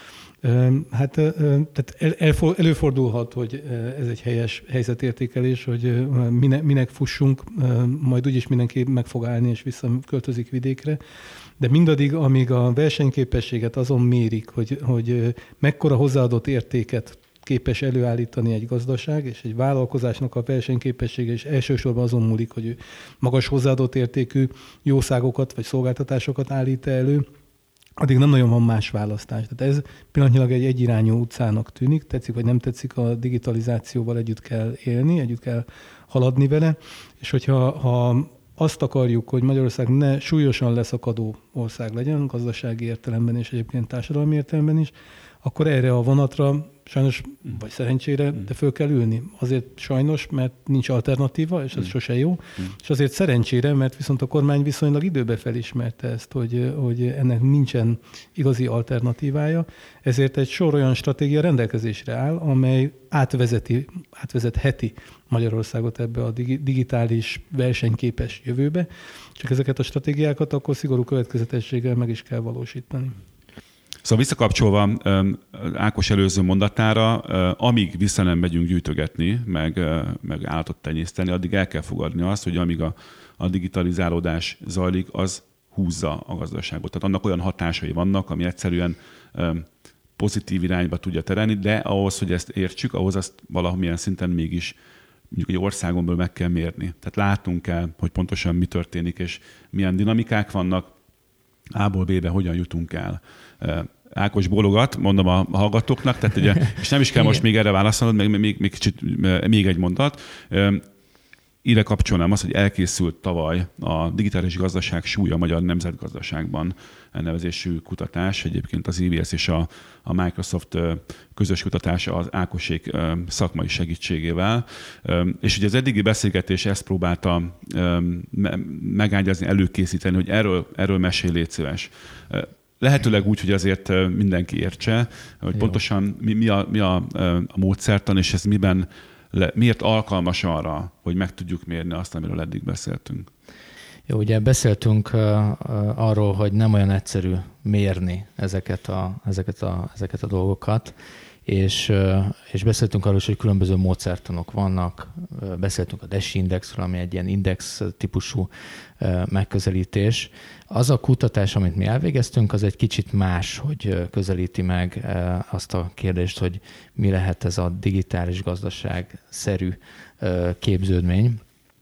Hát tehát előfordulhat, hogy ez egy helyes helyzetértékelés, hogy minek fussunk, majd úgyis mindenki meg fog állni és visszaköltözik vidékre. De mindaddig, amíg a versenyképességet azon mérik, hogy, hogy mekkora hozzáadott értéket képes előállítani egy gazdaság, és egy vállalkozásnak a versenyképessége is elsősorban azon múlik, hogy ő magas hozzáadott értékű jószágokat vagy szolgáltatásokat állít elő, addig nem nagyon van más választás. Tehát ez pillanatnyilag egy egyirányú utcának tűnik, tetszik vagy nem tetszik, a digitalizációval együtt kell élni, együtt kell haladni vele, és hogyha ha azt akarjuk, hogy Magyarország ne súlyosan leszakadó ország legyen, gazdasági értelemben és egyébként társadalmi értelemben is, akkor erre a vonatra sajnos, vagy szerencsére, de föl kell ülni. Azért sajnos, mert nincs alternatíva, és ez mm. sose jó, mm. és azért szerencsére, mert viszont a kormány viszonylag időbe felismerte ezt, hogy, hogy ennek nincsen igazi alternatívája, ezért egy sor olyan stratégia rendelkezésre áll, amely átvezeti, átvezetheti Magyarországot ebbe a digitális versenyképes jövőbe, csak ezeket a stratégiákat akkor szigorú következetességgel meg is kell valósítani. Szóval visszakapcsolva Ákos előző mondatára, amíg vissza nem megyünk gyűjtögetni, meg, meg állatot tenyészteni, addig el kell fogadni azt, hogy amíg a, a digitalizálódás zajlik, az húzza a gazdaságot. Tehát annak olyan hatásai vannak, ami egyszerűen pozitív irányba tudja terelni, de ahhoz, hogy ezt értsük, ahhoz azt valamilyen szinten mégis mondjuk egy országon belül meg kell mérni. Tehát látunk kell, hogy pontosan mi történik, és milyen dinamikák vannak, A-ból B-be hogyan jutunk el. Ákos bólogat, mondom a hallgatóknak, tehát ugye, és nem is kell most még erre válaszolnod, meg még, még, kicsit, még egy mondat. Ide kapcsolnám azt, hogy elkészült tavaly a digitális gazdaság súlya a magyar nemzetgazdaságban nevezésű kutatás, egyébként az i vé es és a, a Microsoft közös kutatása az Ákosék szakmai segítségével. És ugye az eddigi beszélgetés ezt próbálta megágyazni, előkészíteni, hogy erről, erről mesélj, légy szíves. Lehetőleg úgy, hogy azért mindenki értse, hogy Jó. pontosan mi, mi, a, mi a, a módszertan, és ez miben Le, miért alkalmas arra, hogy meg tudjuk mérni azt, amiről eddig beszéltünk? Jó, ugye beszéltünk uh, uh, arról, hogy nem olyan egyszerű mérni ezeket a, ezeket a, ezeket a dolgokat, és, uh, és beszéltünk arról is, hogy különböző módszertanok vannak. Uh, beszéltünk a DESI indexről, ami egy ilyen index típusú uh, megközelítés. Az a kutatás, amit mi elvégeztünk, az egy kicsit más, hogy közelíti meg uh, azt a kérdést, hogy mi lehet ez a digitális gazdaság-szerű uh, képződmény.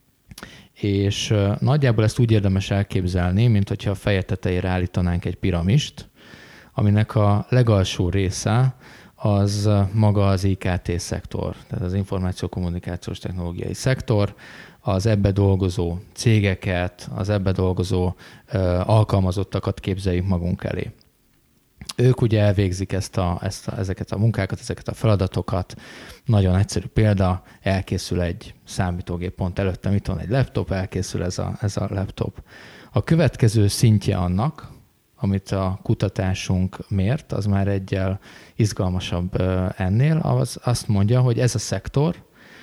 És uh, nagyjából ezt úgy érdemes elképzelni, mint hogyha a feje tetejére állítanánk egy piramist, aminek a legalsó része az maga az i ká té szektor, tehát az információ-kommunikációs technológiai szektor, az ebbe dolgozó cégeket, az ebbe dolgozó uh, alkalmazottakat képzeljük magunk elé. Ők ugye elvégzik ezt a, ezt a, ezeket a munkákat, ezeket a feladatokat. Nagyon egyszerű példa, elkészül egy számítógép pont előttem, itt van egy laptop, elkészül ez a, ez a laptop. A következő szintje annak, amit a kutatásunk mért, az már egyel izgalmasabb ennél, az azt mondja, hogy ez a szektor,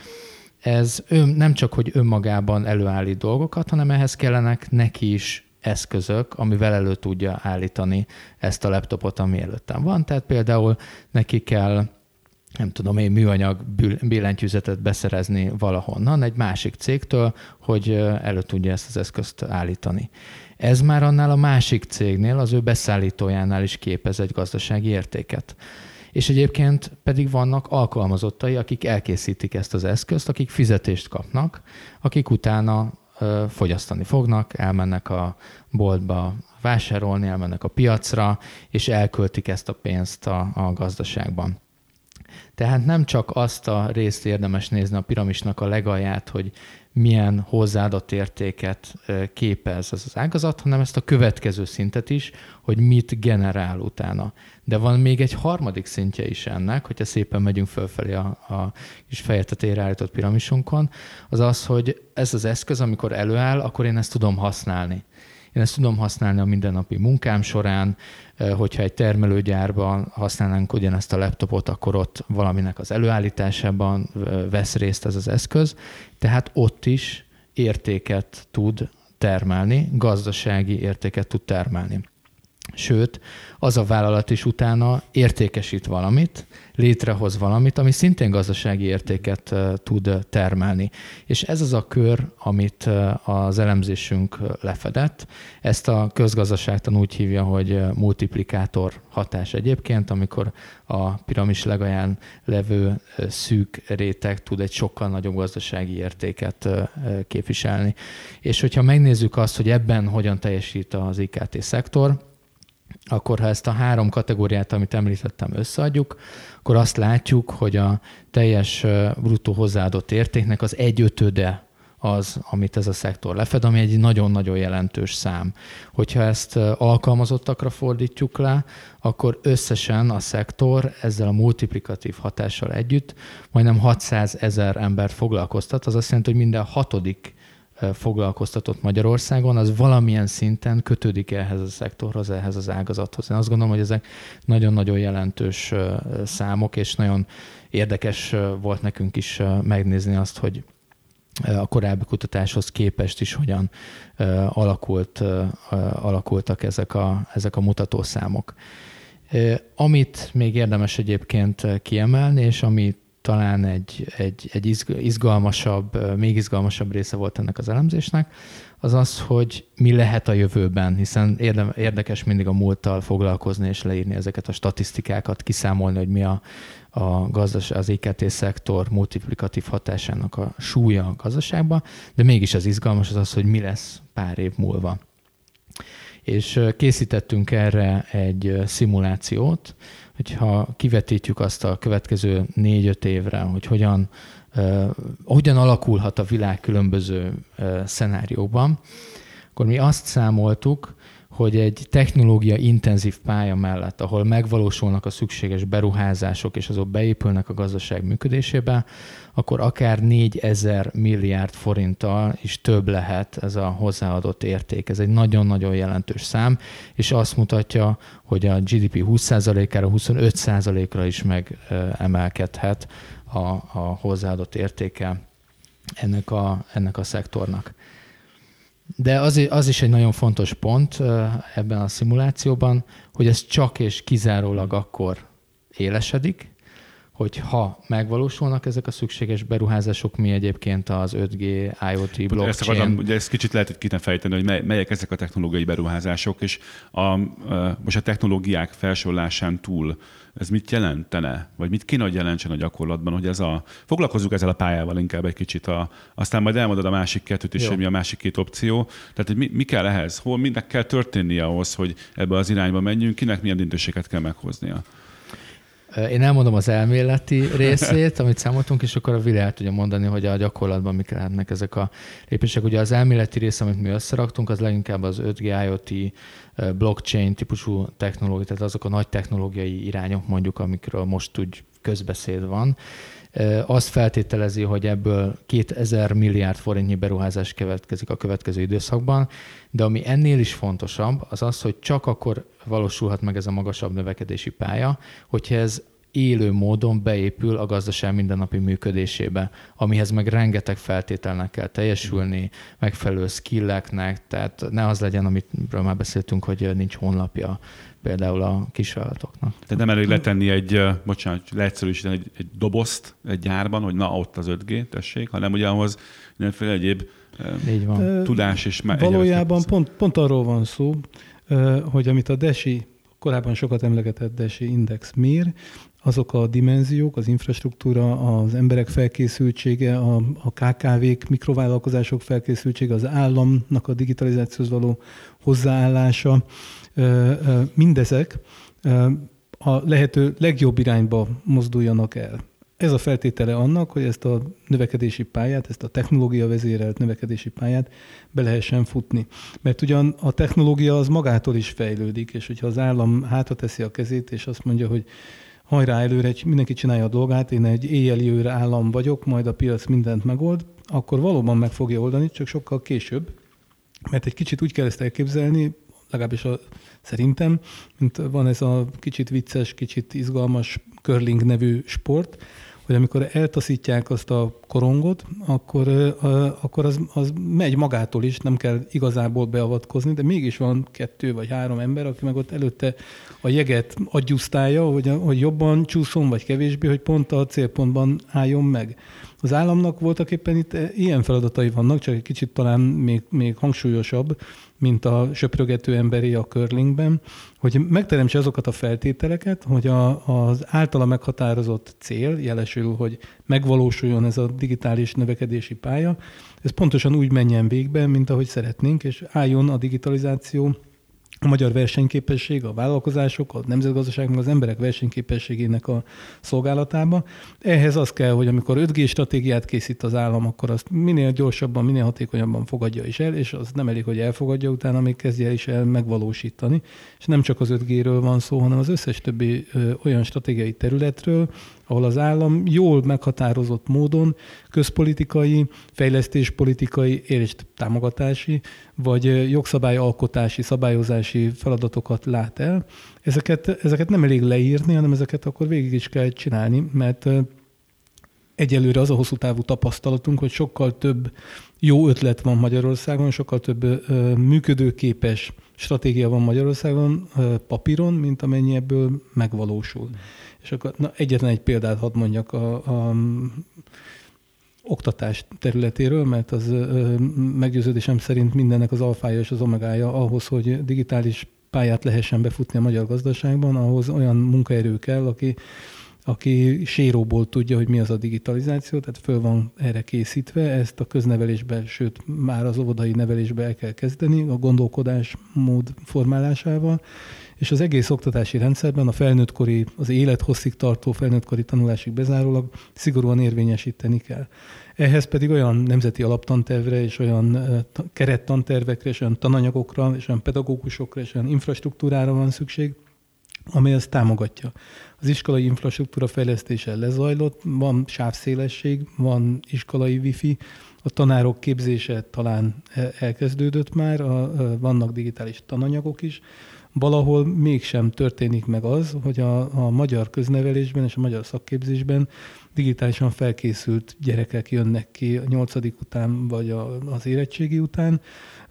ez ön, nem csak, hogy önmagában előállít dolgokat, hanem ehhez kellenek neki is eszközök, amivel elő tudja állítani ezt a laptopot, ami előttem van. Tehát például neki kell, nem tudom én, műanyag billentyűzetet beszerezni valahonnan, egy másik cégtől, hogy elő tudja ezt az eszközt állítani. Ez már annál a másik cégnél, az ő beszállítójánál is képez egy gazdasági értéket. És egyébként pedig vannak alkalmazottai, akik elkészítik ezt az eszközt, akik fizetést kapnak, akik utána ö, fogyasztani fognak, elmennek a boltba vásárolni, elmennek a piacra, és elköltik ezt a pénzt a, a gazdaságban. Tehát nem csak azt a részt érdemes nézni a piramisnak a legalját, hogy milyen hozzáadott értéket képez ez az ágazat, hanem ezt a következő szintet is, hogy mit generál utána. De van még egy harmadik szintje is ennek, hogyha szépen megyünk fölfelé a, a kis feje tetejére állított piramisunkon, az az, hogy ez az eszköz, amikor előáll, akkor én ezt tudom használni. Én ezt tudom használni a mindennapi munkám során, hogyha egy termelőgyárban használnánk ugyanezt a laptopot, akkor ott valaminek az előállításában vesz részt ez az eszköz, tehát ott is értéket tud termelni, gazdasági értéket tud termelni. Sőt, az a vállalat is utána értékesít valamit, létrehoz valamit, ami szintén gazdasági értéket tud termelni. És ez az a kör, amit az elemzésünk lefedett. Ezt a közgazdaságtan úgy hívja, hogy multiplikátor hatás egyébként, amikor a piramis legalján levő szűk réteg tud egy sokkal nagyobb gazdasági értéket képviselni. És hogyha megnézzük azt, hogy ebben hogyan teljesít az i ká té szektor, akkor ha ezt a három kategóriát, amit említettem, összeadjuk, akkor azt látjuk, hogy a teljes bruttó hozzáadott értéknek az egyötöde az, amit ez a szektor lefed, ami egy nagyon-nagyon jelentős szám. Hogyha ezt alkalmazottakra fordítjuk le, akkor összesen a szektor ezzel a multiplikatív hatással együtt majdnem hatszázezer embert foglalkoztat. Az azt jelenti, hogy minden hatodik foglalkoztatott Magyarországon, az valamilyen szinten kötődik ehhez a szektorhoz, ehhez az ágazathoz. Én azt gondolom, hogy ezek nagyon-nagyon jelentős számok, és nagyon érdekes volt nekünk is megnézni azt, hogy a korábbi kutatáshoz képest is hogyan alakult, alakultak ezek a, ezek a mutatószámok. Amit még érdemes egyébként kiemelni, és amit talán egy, egy, egy izgalmasabb, még izgalmasabb része volt ennek az elemzésnek, az az, hogy mi lehet a jövőben, hiszen érdekes mindig a múlttal foglalkozni és leírni ezeket a statisztikákat, kiszámolni, hogy mi a, a gazdas, az i ká té szektor multiplikatív hatásának a súlya a gazdaságban, de mégis az izgalmas az az, hogy mi lesz pár év múlva. És készítettünk erre egy szimulációt, hogyha kivetítjük azt a következő négy-öt évre, hogy hogyan, uh, hogyan alakulhat a világ különböző uh, szenárióban, akkor mi azt számoltuk, hogy egy technológia intenzív pálya mellett, ahol megvalósulnak a szükséges beruházások, és azok beépülnek a gazdaság működésébe, akkor akár négyezer milliárd forinttal is több lehet ez a hozzáadott érték. Ez egy nagyon-nagyon jelentős szám, és azt mutatja, hogy a gé dé pé húsz százalékára, huszonöt százalékra is megemelkedhet a, a hozzáadott értéke ennek a, ennek a szektornak. De az, az is egy nagyon fontos pont ebben a szimulációban, hogy ez csak és kizárólag akkor élesedik, hogy ha megvalósulnak ezek a szükséges beruházások, mi egyébként az öt gé, i o té, blockchain... Ezt akarom, ugye ezt kicsit lehet itt fejteni, hogy melyek ezek a technológiai beruházások, és a, a, most a technológiák felsorolásán túl ez mit jelentene? Vagy mit kéne, hogy jelentsen a gyakorlatban, hogy ez a... Foglalkozzuk ezzel a pályával inkább egy kicsit, a, aztán majd elmondod a másik kettőt is, hogy mi a másik két opció. Tehát, hogy mi, mi kell ehhez? Hol mindnek kell történnie ahhoz, hogy ebbe az irányba menjünk? Kinek milyen döntéseket kell meghoznia? Én elmondom az elméleti részét, amit számoltunk, és akkor a Vili el tudja mondani, hogy a gyakorlatban mik lehetnek ezek a lépések. Ugye az elméleti rész, amit mi összeraktunk, az leginkább az öt gé, i o té, blockchain típusú technológia, tehát azok a nagy technológiai irányok mondjuk, amikről most úgy közbeszéd van. Azt feltételezi, hogy ebből kétezer milliárd forintnyi beruházás következik a következő időszakban, de ami ennél is fontosabb, az az, hogy csak akkor valósulhat meg ez a magasabb növekedési pálya, hogyha ez élő módon beépül a gazdaság mindennapi működésébe, amihez meg rengeteg feltételnek kell teljesülni, megfelelő skilleknek, tehát ne az legyen, amitről már beszéltünk, hogy nincs honlapja például a kisvállalatoknak. Tehát nem elég letenni egy, bocsánat, leegyszerűsíteni egy, egy dobozt egy gyárban, hogy na, ott az öt gé, tessék, hanem ugye ahhoz mindenféle egyéb Így van. tudás és már valójában pont, pont arról van szó, hogy amit a DESI, korábban sokat emlegetett DESI index mér, azok a dimenziók, az infrastruktúra, az emberek felkészültsége, a, a ká ká vék, mikrovállalkozások felkészültsége, az államnak a digitalizációhoz való hozzáállása, mindezek a lehető legjobb irányba mozduljanak el. Ez a feltétele annak, hogy ezt a növekedési pályát, ezt a technológia vezérelt növekedési pályát be lehessen futni. Mert ugyan a technológia az magától is fejlődik, és hogyha az állam hátra teszi a kezét, és azt mondja, hogy hajrá előre, mindenki csinálja a dolgát, én egy éjjel-jövőre állam vagyok, majd a piac mindent megold, akkor valóban meg fogja oldani, csak sokkal később. Mert egy kicsit úgy kell ezt elképzelni, legalábbis a, szerintem, mint van ez a kicsit vicces, kicsit izgalmas curling nevű sport, hogy amikor eltaszítják azt a korongot, akkor, akkor az, az megy magától is, nem kell igazából beavatkozni, de mégis van kettő vagy három ember, aki meg ott előtte a jeget adjusztálja, hogy, hogy jobban csúszom, vagy kevésbé, hogy pont a célpontban álljon meg. Az államnak voltak éppen itt ilyen feladatai vannak, csak egy kicsit talán még, még hangsúlyosabb, mint a söprögető emberi a curlingben, hogy megteremtse azokat a feltételeket, hogy a, az általa meghatározott cél, jelesül, hogy megvalósuljon ez a digitális növekedési pálya, ez pontosan úgy menjen végbe, mint ahogy szeretnénk, és álljon a digitalizáció, a magyar versenyképesség, a vállalkozások, a nemzetgazdaság, meg az emberek versenyképességének a szolgálatába. Ehhez az kell, hogy amikor öt G stratégiát készít az állam, akkor azt minél gyorsabban, minél hatékonyabban fogadja is el, és az nem elég, hogy elfogadja, utána még kezdje is el megvalósítani. És nem csak az öt G-ről van szó, hanem az összes többi ö, olyan stratégiai területről, ahol az állam jól meghatározott módon közpolitikai, fejlesztéspolitikai és támogatási, vagy jogszabályalkotási, szabályozási feladatokat lát el. Ezeket, ezeket nem elég leírni, hanem ezeket akkor végig is kell csinálni, mert egyelőre az a hosszú távú tapasztalatunk, hogy sokkal több jó ötlet van Magyarországon, sokkal több működőképes stratégia van Magyarországon papíron, mint amennyi ebből megvalósul. És akkor na, egyetlen egy példát hadd mondjak a, a oktatás területéről, mert az ö, meggyőződésem szerint mindennek az alfája és az omegája ahhoz, hogy digitális pályát lehessen befutni a magyar gazdaságban, ahhoz olyan munkaerő kell, aki, aki séróból tudja, hogy mi az a digitalizáció, tehát föl van erre készítve, ezt a köznevelésben, sőt már az óvodai nevelésben el kell kezdeni, a gondolkodásmód formálásával, és az egész oktatási rendszerben a felnőttkori, az élethosszig tartó felnőttkori tanulásig bezárólag szigorúan érvényesíteni kell. Ehhez pedig olyan nemzeti alaptantervre, és olyan kerettantervekre, és olyan tananyagokra, és olyan pedagógusokra, és olyan infrastruktúrára van szükség, amely ezt támogatja. Az iskolai infrastruktúra fejlesztése lezajlott, van sávszélesség, van iskolai wifi, a tanárok képzése talán elkezdődött már, vannak digitális tananyagok is. Valahol mégsem történik meg az, hogy a, a magyar köznevelésben és a magyar szakképzésben digitálisan felkészült gyerekek jönnek ki a nyolcadik után, vagy a, az érettségi után.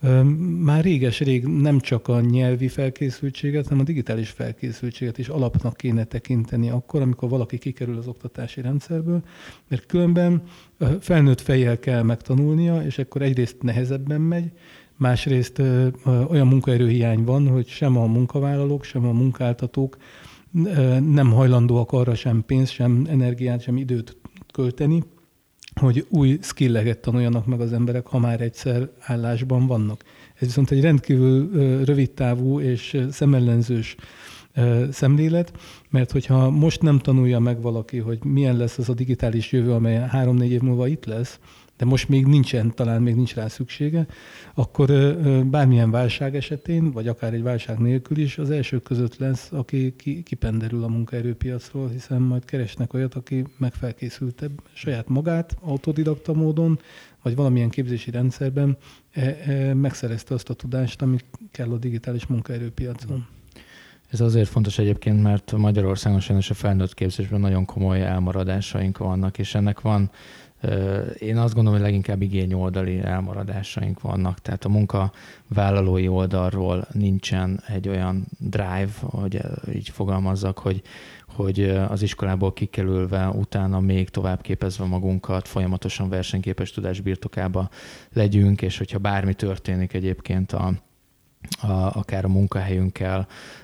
Már réges-rég nem csak a nyelvi felkészültséget, hanem a digitális felkészültséget is alapnak kéne tekinteni akkor, amikor valaki kikerül az oktatási rendszerből, mert különben felnőtt fejjel kell megtanulnia, és akkor egyrészt nehezebben megy, másrészt ö, ö, olyan munkaerőhiány van, hogy sem a munkavállalók, sem a munkáltatók ö, nem hajlandóak arra sem pénzt, sem energiát, sem időt költeni, hogy új skilleket tanuljanak meg az emberek, ha már egyszer állásban vannak. Ez viszont egy rendkívül ö, rövidtávú és szemellenzős ö, szemlélet, mert hogyha most nem tanulja meg valaki, hogy milyen lesz az a digitális jövő, amely három-négy év múlva itt lesz, de most még nincsen, talán még nincs rá szüksége, akkor bármilyen válság esetén, vagy akár egy válság nélkül is az elsők között lesz, aki kipenderül a munkaerőpiacról, hiszen majd keresnek olyat, aki megfelkészültebb saját magát, autodidakta módon, vagy valamilyen képzési rendszerben megszerezte azt a tudást, ami kell a digitális munkaerőpiacon. Ez azért fontos egyébként, mert Magyarországon sajnos a felnőtt képzésben nagyon komoly elmaradásaink vannak, és ennek van, én azt gondolom, hogy leginkább igényoldali elmaradásaink vannak. Tehát a munkavállalói oldalról nincsen egy olyan drive, hogy így fogalmazzak, hogy, hogy az iskolából kikerülve utána még tovább képezve magunkat, folyamatosan versenyképes tudás birtokába legyünk, és hogyha bármi történik egyébként a A, akár a munkahelyünkkel,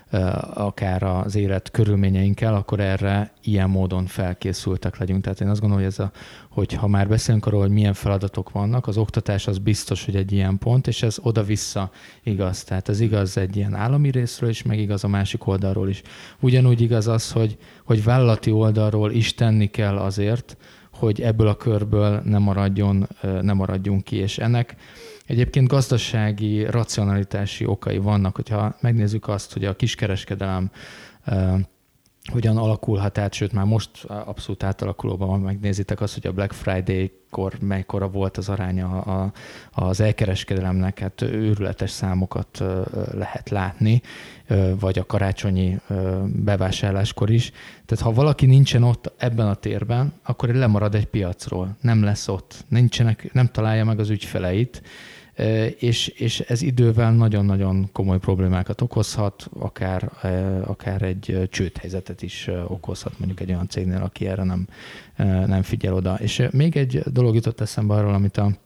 akár az élet körülményeinkkel, akkor erre ilyen módon felkészültek legyünk. Tehát én azt gondolom, hogy, ez a, hogy ha már beszélünk arról, hogy milyen feladatok vannak, az oktatás az biztos, hogy egy ilyen pont, és ez oda-vissza igaz. Tehát ez igaz egy ilyen állami részről is, meg igaz a másik oldalról is. Ugyanúgy igaz az, hogy, hogy vállalati oldalról is tenni kell azért, hogy ebből a körből ne maradjon, ne maradjunk ki, és ennek egyébként gazdasági, racionalitási okai vannak, hogyha megnézzük azt, hogy a kiskereskedelem hogyan alakulhat át, sőt már most abszolút átalakulóban van, megnézitek azt, hogy a Black Friday-kor melykora volt az aránya a, az elkereskedelemnek, hát őrületes számokat lehet látni, vagy a karácsonyi bevásárláskor is. Tehát ha valaki nincsen ott ebben a térben, akkor lemarad egy piacról, nem lesz ott, nincsenek, nem találja meg az ügyfeleit, És, és ez idővel nagyon-nagyon komoly problémákat okozhat, akár, akár egy csődhelyzetet is okozhat mondjuk egy olyan cégnél, aki erre nem, nem figyel oda. És még egy dolog jutott eszembe arról, amit a,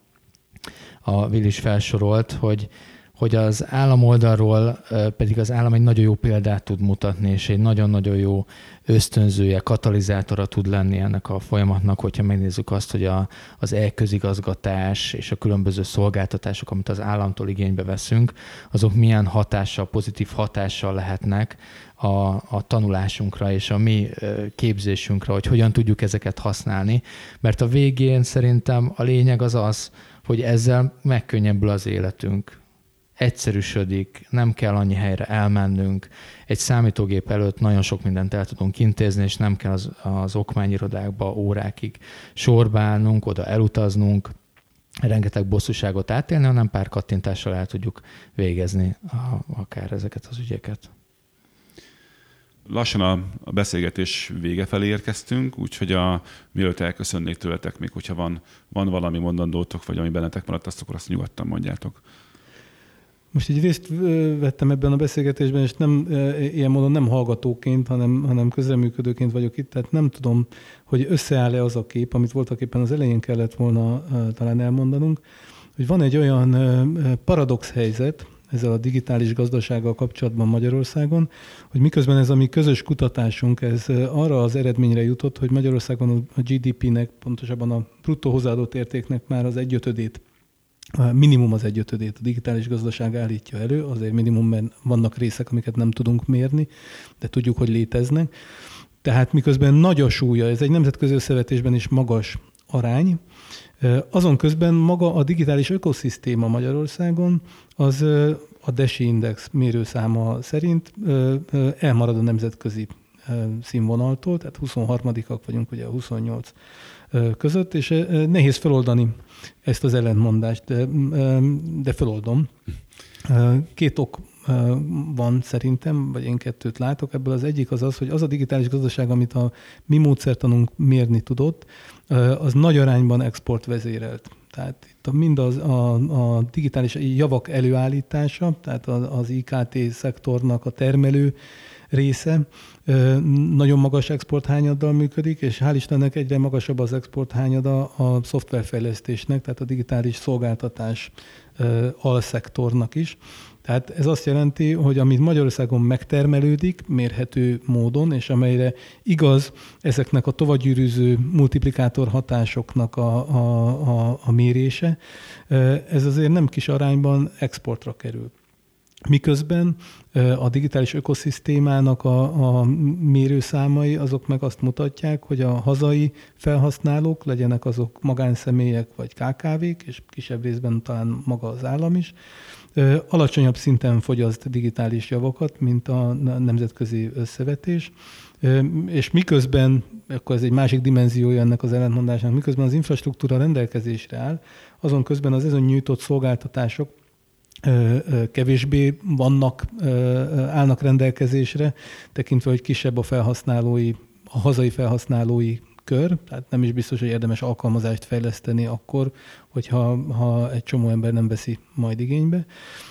a Will is felsorolt, hogy, hogy az állam oldalról pedig az állam egy nagyon jó példát tud mutatni, és egy nagyon-nagyon jó ösztönzője, katalizátora tud lenni ennek a folyamatnak, hogyha megnézzük azt, hogy a, az e-közigazgatás és a különböző szolgáltatások, amit az államtól igénybe veszünk, azok milyen hatással, pozitív hatással lehetnek a, a tanulásunkra és a mi képzésünkre, hogy hogyan tudjuk ezeket használni. Mert a végén szerintem a lényeg az az, hogy ezzel megkönnyebbül az életünk. Egyszerűsödik, nem kell annyi helyre elmennünk. Egy számítógép előtt nagyon sok mindent el tudunk intézni, és nem kell az, az okmányirodákba órákig sorba állnunk, oda elutaznunk, rengeteg bosszúságot átélni, hanem pár kattintással el tudjuk végezni a, akár ezeket az ügyeket. Lassan a, a beszélgetés vége felé érkeztünk, úgyhogy a, mielőtt elköszönnék tőletek, még hogyha van, van valami mondandótok, vagy ami bennetek maradt, azt akkor azt nyugodtan mondjátok. Most így részt vettem ebben a beszélgetésben, és nem ilyen módon nem hallgatóként, hanem, hanem közreműködőként vagyok itt, tehát nem tudom, hogy összeáll-e az a kép, amit voltak éppen az elején kellett volna talán elmondanunk, hogy van egy olyan paradox helyzet ezzel a digitális gazdasággal kapcsolatban Magyarországon, hogy miközben ez a mi közös kutatásunk, ez arra az eredményre jutott, hogy Magyarországon a gé dé pé-nek, pontosabban a bruttó hozzáadott értéknek már az egyötödét, minimum az egyötödét a digitális gazdaság állítja elő, azért minimum, mert vannak részek, amiket nem tudunk mérni, de tudjuk, hogy léteznek. Tehát miközben nagy a súlya, ez egy nemzetközi összevetésben is magas arány, azon közben maga a digitális ökoszisztéma Magyarországon az a dé e es i Index mérőszáma szerint elmarad a nemzetközi színvonaltól, tehát huszonharmadikak vagyunk ugye a huszonnyolc között, és nehéz feloldani ezt az ellentmondást, de, de feloldom. Két ok van szerintem, vagy én kettőt látok. Ebből az egyik az az, hogy az a digitális gazdaság, amit a mi módszertanunk mérni tudott, az nagy arányban exportvezérelt. Tehát itt mind az, a, a digitális javak előállítása, tehát az i ká té szektornak a termelő része nagyon magas exporthányaddal működik, és hál' Istennek egyre magasabb az exporthányada a szoftverfejlesztésnek, tehát a digitális szolgáltatás alszektornak is. Tehát ez azt jelenti, hogy amit Magyarországon megtermelődik mérhető módon, és amelyre igaz ezeknek a tovagyűrűző multiplikátor hatásoknak a, a, a, a mérése, ez azért nem kis arányban exportra kerül. Miközben a digitális ökoszisztémának a, a mérőszámai azok meg azt mutatják, hogy a hazai felhasználók, legyenek azok magánszemélyek vagy ká ká vék, és kisebb részben talán maga az állam is, alacsonyabb szinten fogyaszt digitális javakat, mint a nemzetközi összevetés, és miközben, akkor ez egy másik dimenziója ennek az ellentmondásnak, miközben az infrastruktúra rendelkezésre áll, azon közben az ezen nyújtott szolgáltatások kevésbé vannak, állnak rendelkezésre, tekintve, hogy kisebb a felhasználói, a hazai felhasználói kör, tehát nem is biztos, hogy érdemes alkalmazást fejleszteni akkor, hogyha ha egy csomó ember nem veszi majd igénybe.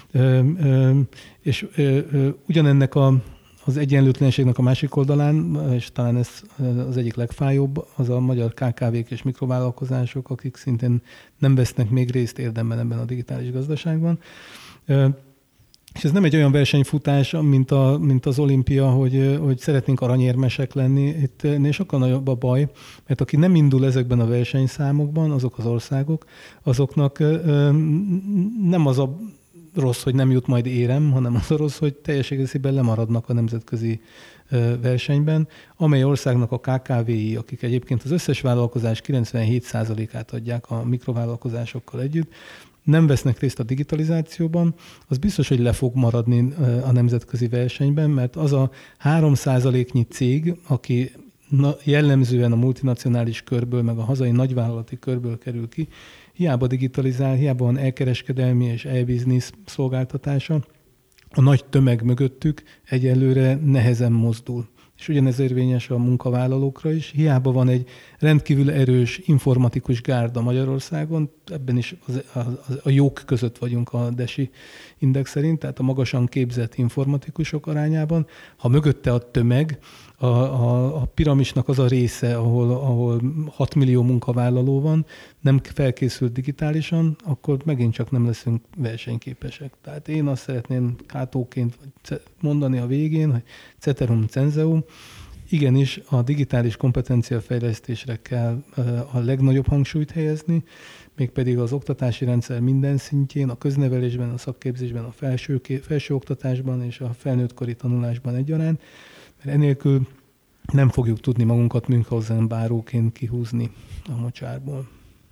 És ugyanennek a, az egyenlőtlenségnek a másik oldalán, és talán ez az egyik legfájóbb, az a magyar ká ká vék és mikrovállalkozások, akik szintén nem vesznek még részt érdemben ebben a digitális gazdaságban. És ez nem egy olyan versenyfutás, mint, a, mint az olimpia, hogy, hogy szeretnénk aranyérmesek lenni. Itt ennél sokkal nagyobb a baj, mert aki nem indul ezekben a versenyszámokban, azok az országok, azoknak nem az a rossz, hogy nem jut majd érem, hanem az a rossz, hogy teljes egészében lemaradnak a nemzetközi versenyben, amely országnak a ká ká véi, akik egyébként az összes vállalkozás kilencvenhét százalékát adják a mikrovállalkozásokkal együtt, nem vesznek részt a digitalizációban, az biztos, hogy le fog maradni a nemzetközi versenyben, mert az a három százaléknyi cég, aki jellemzően a multinacionális körből, meg a hazai nagyvállalati körből kerül ki, hiába digitalizál, hiába van elkereskedelmi és e-business szolgáltatása, a nagy tömeg mögöttük egyelőre nehezen mozdul. És ugyanez érvényes a munkavállalókra is. Hiába van egy rendkívül erős informatikus gárda Magyarországon, ebben is az, az, a jók között vagyunk a DESI index szerint, tehát a magasan képzett informatikusok arányában. Ha mögötte a tömeg, a, a, a piramisnak az a része, ahol, ahol hat millió munkavállaló van, nem felkészült digitálisan, akkor megint csak nem leszünk versenyképesek. Tehát én azt szeretném kátóként mondani a végén, hogy ceterum censeum, igenis a digitális kompetenciafejlesztésre kell a legnagyobb hangsúlyt helyezni, mégpedig az oktatási rendszer minden szintjén, a köznevelésben, a szakképzésben, a felső, felsőoktatásban és a felnőttkori tanulásban egyaránt, mert enélkül nem fogjuk tudni magunkat Münchhausen báróként kihúzni a mocsárból.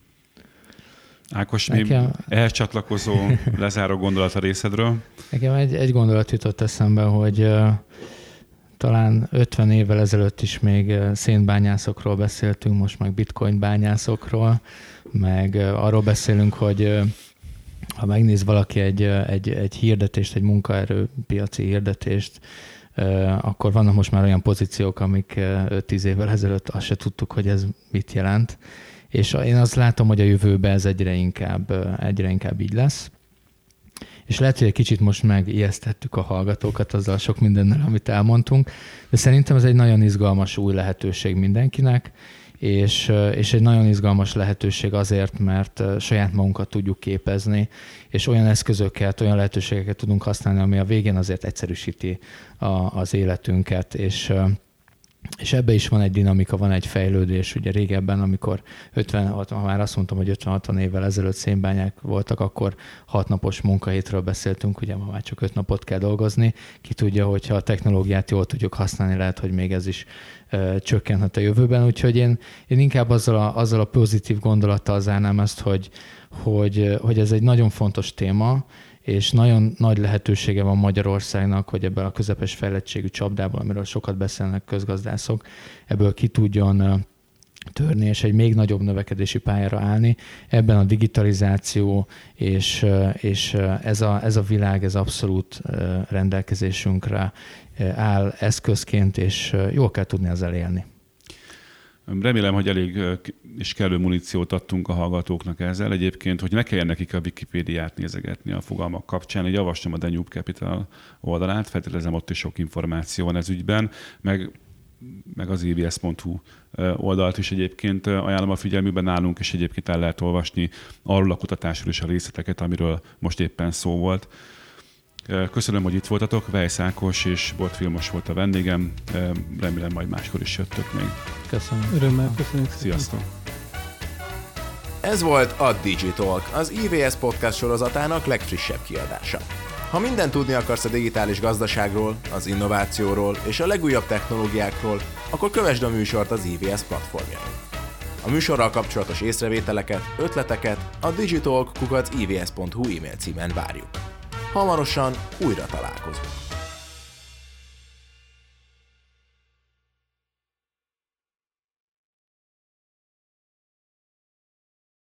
Ákos, még ehhez csatlakozó lezáró gondolat a részedről? Nekem egy, egy gondolat jutott eszembe, hogy uh, talán ötven évvel ezelőtt is még uh, szénbányászokról beszéltünk, most meg bitcoin bányászokról, meg uh, arról beszélünk, hogy uh, ha megnéz valaki egy, uh, egy, egy hirdetést, egy munkaerőpiaci hirdetést, Uh, akkor vannak most már olyan pozíciók, amik öt-tíz évvel ezelőtt azt se tudtuk, hogy ez mit jelent. És én azt látom, hogy a jövőben ez egyre inkább, egyre inkább így lesz. És lehet, hogy egy kicsit most megijesztettük a hallgatókat azzal sok mindennel, amit elmondtunk, de szerintem ez egy nagyon izgalmas új lehetőség mindenkinek, és, és egy nagyon izgalmas lehetőség azért, mert saját magunkat tudjuk képezni, és olyan eszközöket, olyan lehetőségeket tudunk használni, ami a végén azért egyszerűsíti a, az életünket, és És ebbe is van egy dinamika, van egy fejlődés. Ugye régebben, amikor ötven, ha már azt mondtam, hogy ötven-hatvan évvel ezelőtt szénbányák voltak, akkor hat napos munkahétről beszéltünk, ugye ma már csak öt napot kell dolgozni. Ki tudja, hogyha a technológiát jól tudjuk használni, lehet, hogy még ez is ö, csökkenhet a jövőben. Úgyhogy én, én inkább azzal a, azzal a pozitív gondolattal zárnám ezt, hogy, hogy, hogy ez egy nagyon fontos téma, és nagyon nagy lehetősége van Magyarországnak, hogy ebből a közepes fejlettségű csapdából, amiről sokat beszélnek közgazdászok, ebből ki tudjon törni, és egy még nagyobb növekedési pályára állni. Ebben a digitalizáció és, és ez, a, ez a világ, ez abszolút rendelkezésünkre áll eszközként, és jól kell tudni ezzel élni. Remélem, hogy elég és kellő muníciót adtunk a hallgatóknak ezzel. Egyébként, hogy ne kelljen nekik a Wikipédiát nézegetni a fogalmak kapcsán, javaslom a The New Capital oldalát, feltételezem, ott is sok információ van ez ügyben, meg, meg az i vé es pont hu oldalt is egyébként ajánlom a figyelmükben nálunk, és egyébként el lehet olvasni arról a kutatásról is a részleteket, amiről most éppen szó volt. Köszönöm, hogy itt voltatok. Weisz Ákos és Bot Vilmos volt a vendégem. Remélem, majd máskor is jöttök még. Köszönöm. Örömmel köszönjük. Sziasztok. Ez volt a Digitalk, az i vé es Podcast sorozatának legfrissebb kiadása. Ha mindent tudni akarsz a digitális gazdaságról, az innovációról és a legújabb technológiákról, akkor kövesd a műsort az i vé es platformjain. A műsorral kapcsolatos észrevételeket, ötleteket a digitalk kukac i vé es pont hu e-mail címen várjuk. Hamarosan újra találkozunk.